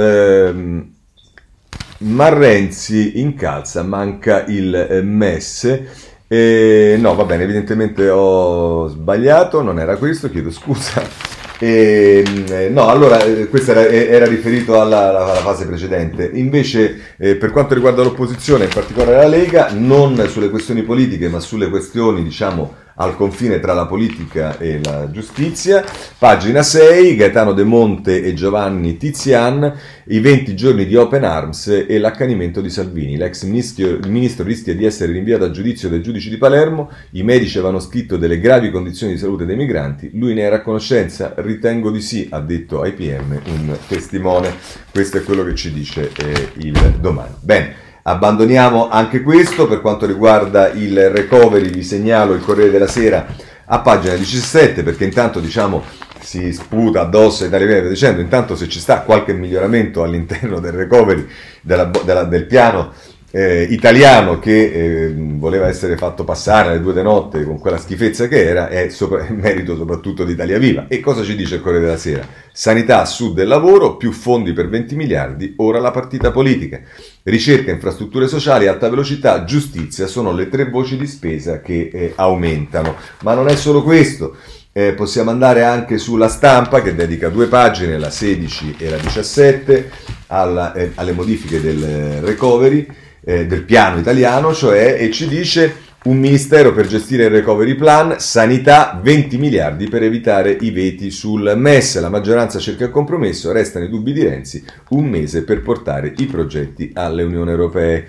ma Renzi incalza, manca il MES. No, va bene, evidentemente ho sbagliato, non era questo, chiedo scusa. No, allora questo era riferito alla fase precedente. Invece per quanto riguarda l'opposizione, in particolare la Lega, non sulle questioni politiche ma sulle questioni diciamo al confine tra la politica e la giustizia, pagina 6, Gaetano De Monte e Giovanni Tizian, i 20 giorni di Open Arms e l'accanimento di Salvini. L'ex ministro rischia di essere rinviato a giudizio dai giudici di Palermo, i medici avevano scritto delle gravi condizioni di salute dei migranti, lui ne era a conoscenza? Ritengo di sì, ha detto ai PM un testimone. Questo è quello che ci dice il Domani. Bene. Abbandoniamo anche questo. Per quanto riguarda il recovery vi segnalo il Corriere della Sera a pagina 17, perché intanto diciamo si sputa addosso Italia Viva dicendo intanto se ci sta qualche miglioramento all'interno del recovery del piano italiano che voleva essere fatto passare alle 2 di notte con quella schifezza che era, è merito soprattutto di Italia Viva. E cosa ci dice il Corriere della Sera? Sanità, sud e lavoro, più fondi per 20 miliardi, ora la partita politica. Ricerca, infrastrutture sociali, alta velocità, giustizia sono le 3 voci di spesa che aumentano. Ma non è solo questo. Possiamo andare anche sulla Stampa, che dedica 2 pagine, la 16 e la 17, alle modifiche del recovery, del piano italiano, cioè, e ci dice un ministero per gestire il recovery plan, sanità 20 miliardi per evitare i veti sul MES, la maggioranza cerca il compromesso, restano i dubbi di Renzi, un mese per portare i progetti alle Unioni Europee.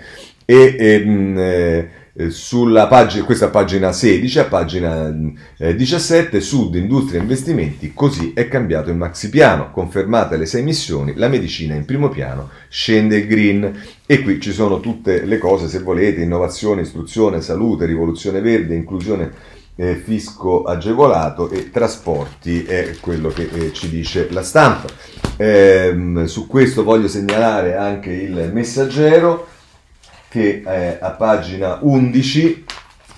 Sulla pagina, questa pagina 16, a pagina 17, Sud, Industria e Investimenti, così è cambiato il maxi piano, confermate le 6 missioni, la medicina in primo piano, scende il green, e qui ci sono tutte le cose, se volete, innovazione, istruzione, salute, rivoluzione verde, inclusione, fisco agevolato e trasporti, è quello che ci dice la Stampa. Su questo voglio segnalare anche il Messaggero, che a pagina 11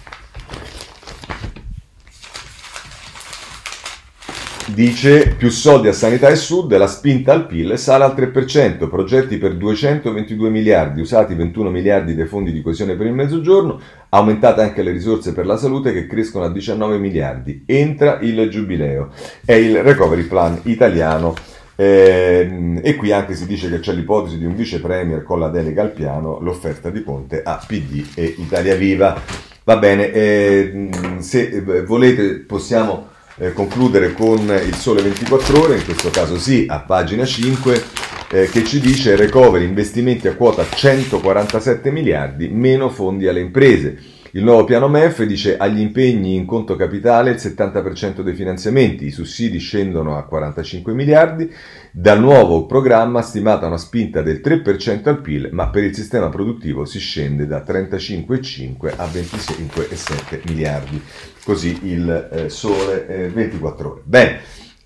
dice più soldi a sanità e sud, la spinta al PIL sale al 3%, progetti per 222 miliardi, usati 21 miliardi dei fondi di coesione per il Mezzogiorno, aumentate anche le risorse per la salute che crescono a 19 miliardi, entra il giubileo, è il recovery plan italiano. E qui anche si dice che c'è l'ipotesi di un vice premier con la delega al piano, l'offerta di Conte a PD e Italia Viva. Va bene, se volete possiamo concludere con il Sole 24 Ore, in questo caso sì, a pagina 5, che ci dice recovery, investimenti a quota 147 miliardi, meno fondi alle imprese. Il nuovo piano MEF dice agli impegni in conto capitale il 70% dei finanziamenti, i sussidi scendono a 45 miliardi, dal nuovo programma stimata una spinta del 3% al PIL, ma per il sistema produttivo si scende da 35,5 a 25,7 miliardi. Così il Sole 24 Ore. Bene.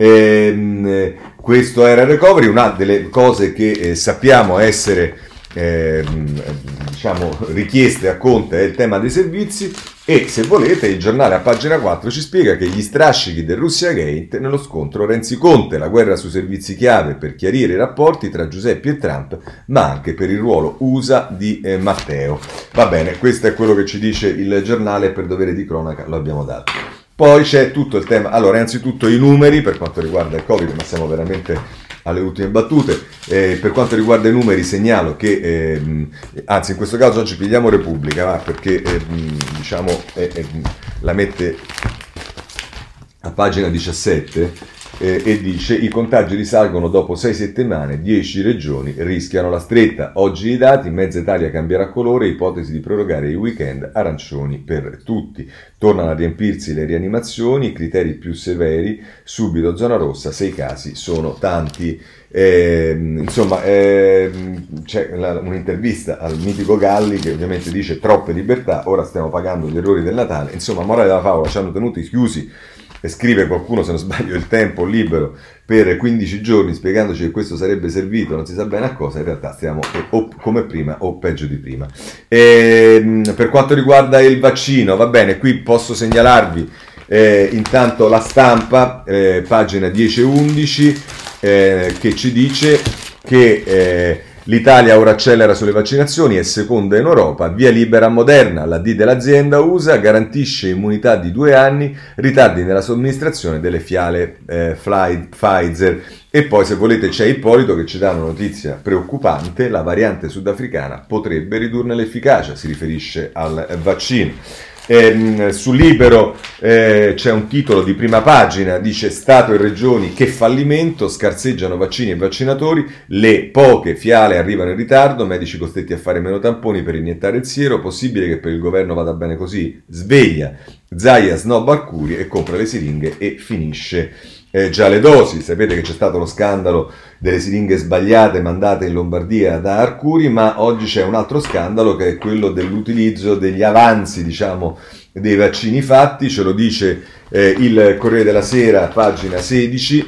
Questo era il recovery, una delle cose che sappiamo essere diciamo, richieste a Conte è il tema dei servizi. E se volete il giornale a pagina 4 ci spiega che gli strascichi del Russia Gate nello scontro Renzi-Conte, la guerra sui servizi chiave per chiarire i rapporti tra Giuseppe e Trump, ma anche per il ruolo USA di Matteo. Va bene, questo è quello che ci dice il giornale, per dovere di cronaca lo abbiamo dato. Poi c'è tutto il tema, allora innanzitutto i numeri per quanto riguarda il Covid, ma siamo veramente alle ultime battute. Per quanto riguarda i numeri segnalo che, anzi in questo caso oggi pigliamo Repubblica, perché diciamo la mette a pagina 17 e dice: i contagi risalgono dopo 6 settimane, 10 regioni rischiano la stretta, oggi i dati, mezza Italia cambierà colore, ipotesi di prorogare i weekend, arancioni per tutti, tornano a riempirsi le rianimazioni, criteri più severi, subito zona rossa, 6 casi sono tanti. Insomma, c'è un'intervista al mitico Galli che ovviamente dice troppe libertà, ora stiamo pagando gli errori del Natale. Insomma, morale della favola, ci hanno tenuti chiusi, e scrive qualcuno, se non sbaglio, il Tempo libero, per 15 giorni spiegandoci che questo sarebbe servito non si sa bene a cosa. In realtà stiamo o come prima o peggio di prima. Per quanto riguarda il vaccino, va bene, qui posso segnalarvi intanto La Stampa, pagina 10 e 11, che ci dice che l'Italia ora accelera sulle vaccinazioni, è seconda in Europa, via libera a Moderna, la D dell'azienda USA garantisce immunità di 2 anni, ritardi nella somministrazione delle fiale Pfizer. E poi, se volete, c'è Ippolito che ci dà una notizia preoccupante: la variante sudafricana potrebbe ridurne l'efficacia, si riferisce al vaccino. Su Libero c'è un titolo di prima pagina, dice Stato e Regioni che fallimento, scarseggiano vaccini e vaccinatori, le poche fiale arrivano in ritardo, medici costretti a fare meno tamponi per iniettare il siero, possibile che per il governo vada bene così? Sveglia, Zaia snobba Arcuri e compra le siringhe e finisce già le dosi. Sapete che c'è stato lo scandalo delle siringhe sbagliate mandate in Lombardia da Arcuri, ma oggi c'è un altro scandalo che è quello dell'utilizzo degli avanzi, diciamo, dei vaccini fatti. Ce lo dice il Corriere della Sera, pagina 16,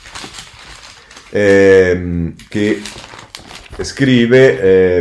che scrive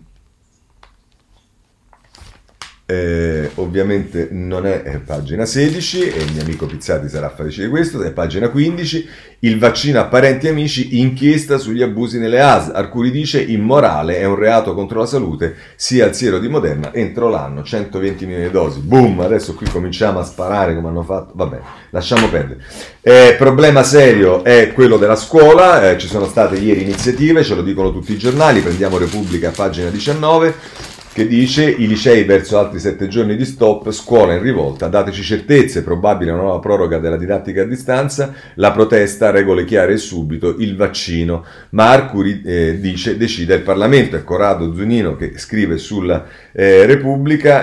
ovviamente non è pagina 16 e il mio amico Pizzati sarà felice di questo, è pagina 15, il vaccino a parenti e amici, inchiesta sugli abusi nelle ASL, Arcuri dice immorale, è un reato contro la salute, sia il siero di Moderna entro l'anno, 120 milioni di dosi, boom, adesso qui cominciamo a sparare come hanno fatto, vabbè, lasciamo perdere. Problema serio è quello della scuola, ci sono state ieri iniziative, ce lo dicono tutti i giornali, prendiamo Repubblica, pagina 19, che dice i licei verso altri 7 giorni di stop, scuola in rivolta, dateci certezze, probabile una nuova proroga della didattica a distanza, la protesta, regole chiare e subito, il vaccino, ma Arcuri dice decide il Parlamento. È Corrado Zunino che scrive sulla Repubblica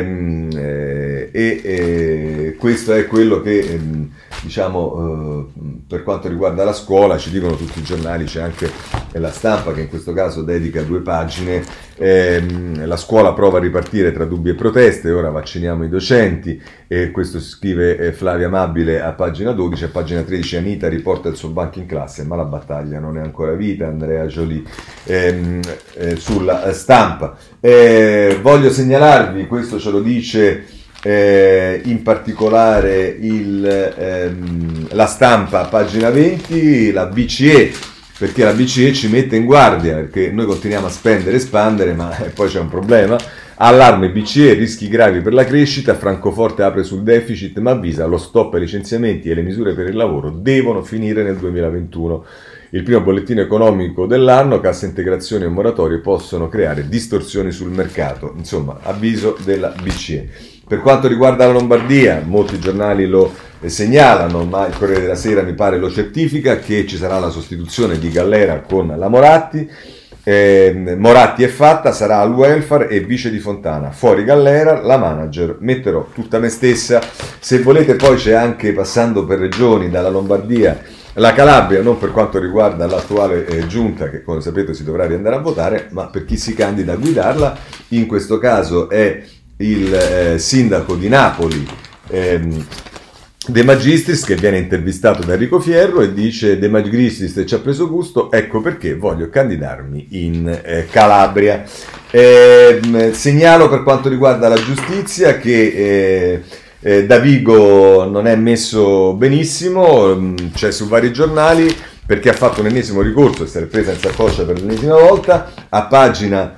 questo è quello che diciamo per quanto riguarda la scuola, ci dicono tutti i giornali, c'è anche La Stampa che in questo caso dedica 2 pagine, la scuola prova a ripartire tra dubbi e proteste, ora vacciniamo i docenti, e questo scrive Flavia Amabile a pagina 12, a pagina 13 Anita riporta il suo banco in classe, ma la battaglia non è ancora vita, Andrea Jolie sulla Stampa. Voglio segnalarvi, questo ce lo dice in particolare La Stampa, pagina 20, la BCE, perché la BCE ci mette in guardia, perché noi continuiamo a spendere e espandere, ma poi c'è un problema. Allarme BCE, rischi gravi per la crescita, Francoforte apre sul deficit ma avvisa lo stop ai licenziamenti e le misure per il lavoro devono finire nel 2021. Il primo bollettino economico dell'anno, cassa integrazione e moratorie possono creare distorsioni sul mercato, insomma avviso della BCE. Per quanto riguarda la Lombardia, molti giornali lo segnalano, ma il Corriere della Sera mi pare lo certifica, che ci sarà la sostituzione di Gallera con la Moratti. Moratti è fatta, sarà al welfare e vice di Fontana, fuori Gallera, la manager, metterò tutta me stessa. Se volete poi c'è anche, passando per regioni, dalla Lombardia la Calabria, non per quanto riguarda l'attuale giunta che come sapete si dovrà riandare a votare, ma per chi si candida a guidarla, in questo caso è il sindaco di Napoli De Magistris, che viene intervistato da Enrico Fierro e dice: De Magistris ci ha preso gusto, ecco perché voglio candidarmi in Calabria. Segnalo per quanto riguarda la giustizia che Davigo non è messo benissimo, c'è su vari giornali perché ha fatto un ennesimo ricorso e si è presa in saccoccia per l'ennesima volta. A pagina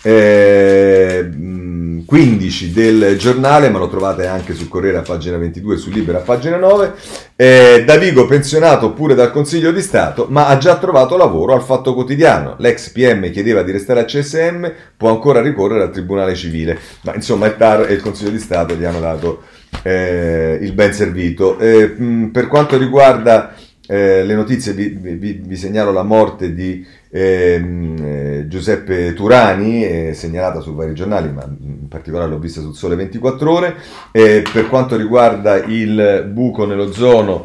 15 del giornale, ma lo trovate anche sul Corriere a pagina 22 e su Libera a pagina 9. Davigo pensionato pure dal Consiglio di Stato, ma ha già trovato lavoro al Fatto Quotidiano. L'ex PM chiedeva di restare al CSM, può ancora ricorrere al Tribunale Civile, ma insomma il TAR e il Consiglio di Stato gli hanno dato il ben servito. Per quanto riguarda le notizie, vi segnalo la morte di Giuseppe Turani, segnalata su vari giornali, ma in particolare l'ho vista sul Sole 24 Ore. Per quanto riguarda il buco nell'ozono,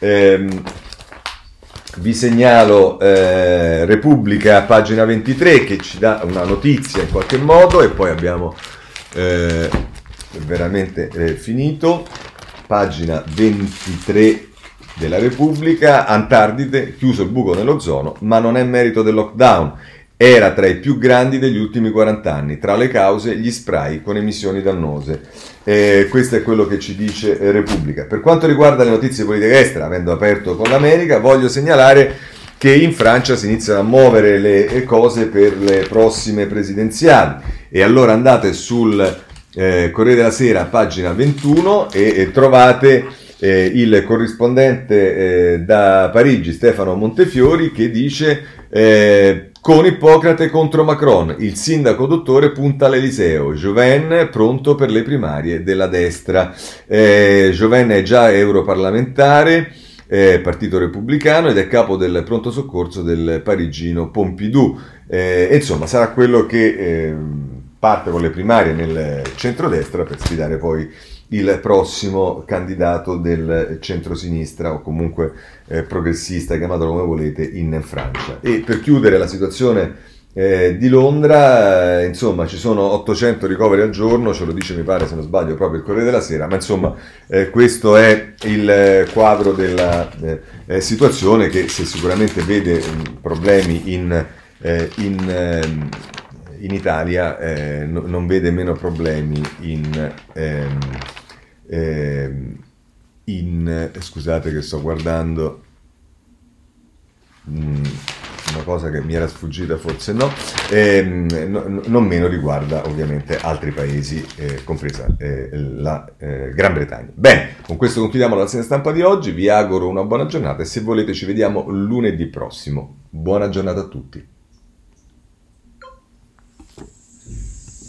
vi segnalo Repubblica, pagina 23, che ci dà una notizia in qualche modo, e poi abbiamo veramente finito. Pagina 23 della Repubblica: Antartide, chiuso il buco nell'ozono, ma non è merito del lockdown. Era tra i più grandi degli ultimi 40 anni. Tra le cause, gli spray con emissioni dannose. Questo è quello che ci dice Repubblica. Per quanto riguarda le notizie di politica estera, avendo aperto con l'America, voglio segnalare che in Francia si iniziano a muovere le cose per le prossime presidenziali. E allora andate sul Corriere della Sera, pagina 21, e trovate il corrispondente da Parigi, Stefano Montefiori, che dice con Ippocrate contro Macron, il sindaco dottore punta all'Eliseo, Joven pronto per le primarie della destra. Joven è già europarlamentare, partito repubblicano, ed è capo del pronto soccorso del parigino Pompidou. Insomma, sarà quello che parte con le primarie nel centrodestra per sfidare poi il prossimo candidato del centrosinistra, o comunque progressista, chiamatelo come volete, in Francia. E per chiudere la situazione di Londra, insomma, ci sono 800 ricoveri al giorno, ce lo dice, mi pare, se non sbaglio, proprio il Corriere della Sera, ma insomma questo è il quadro della situazione, che se sicuramente vede problemi in Italia, non vede meno problemi scusate che sto guardando una cosa che mi era sfuggita, forse no, non meno riguarda ovviamente altri paesi, compresa la Gran Bretagna. Bene, con questo concludiamo la rassegna stampa di oggi, vi auguro una buona giornata e se volete ci vediamo lunedì prossimo. Buona giornata a tutti.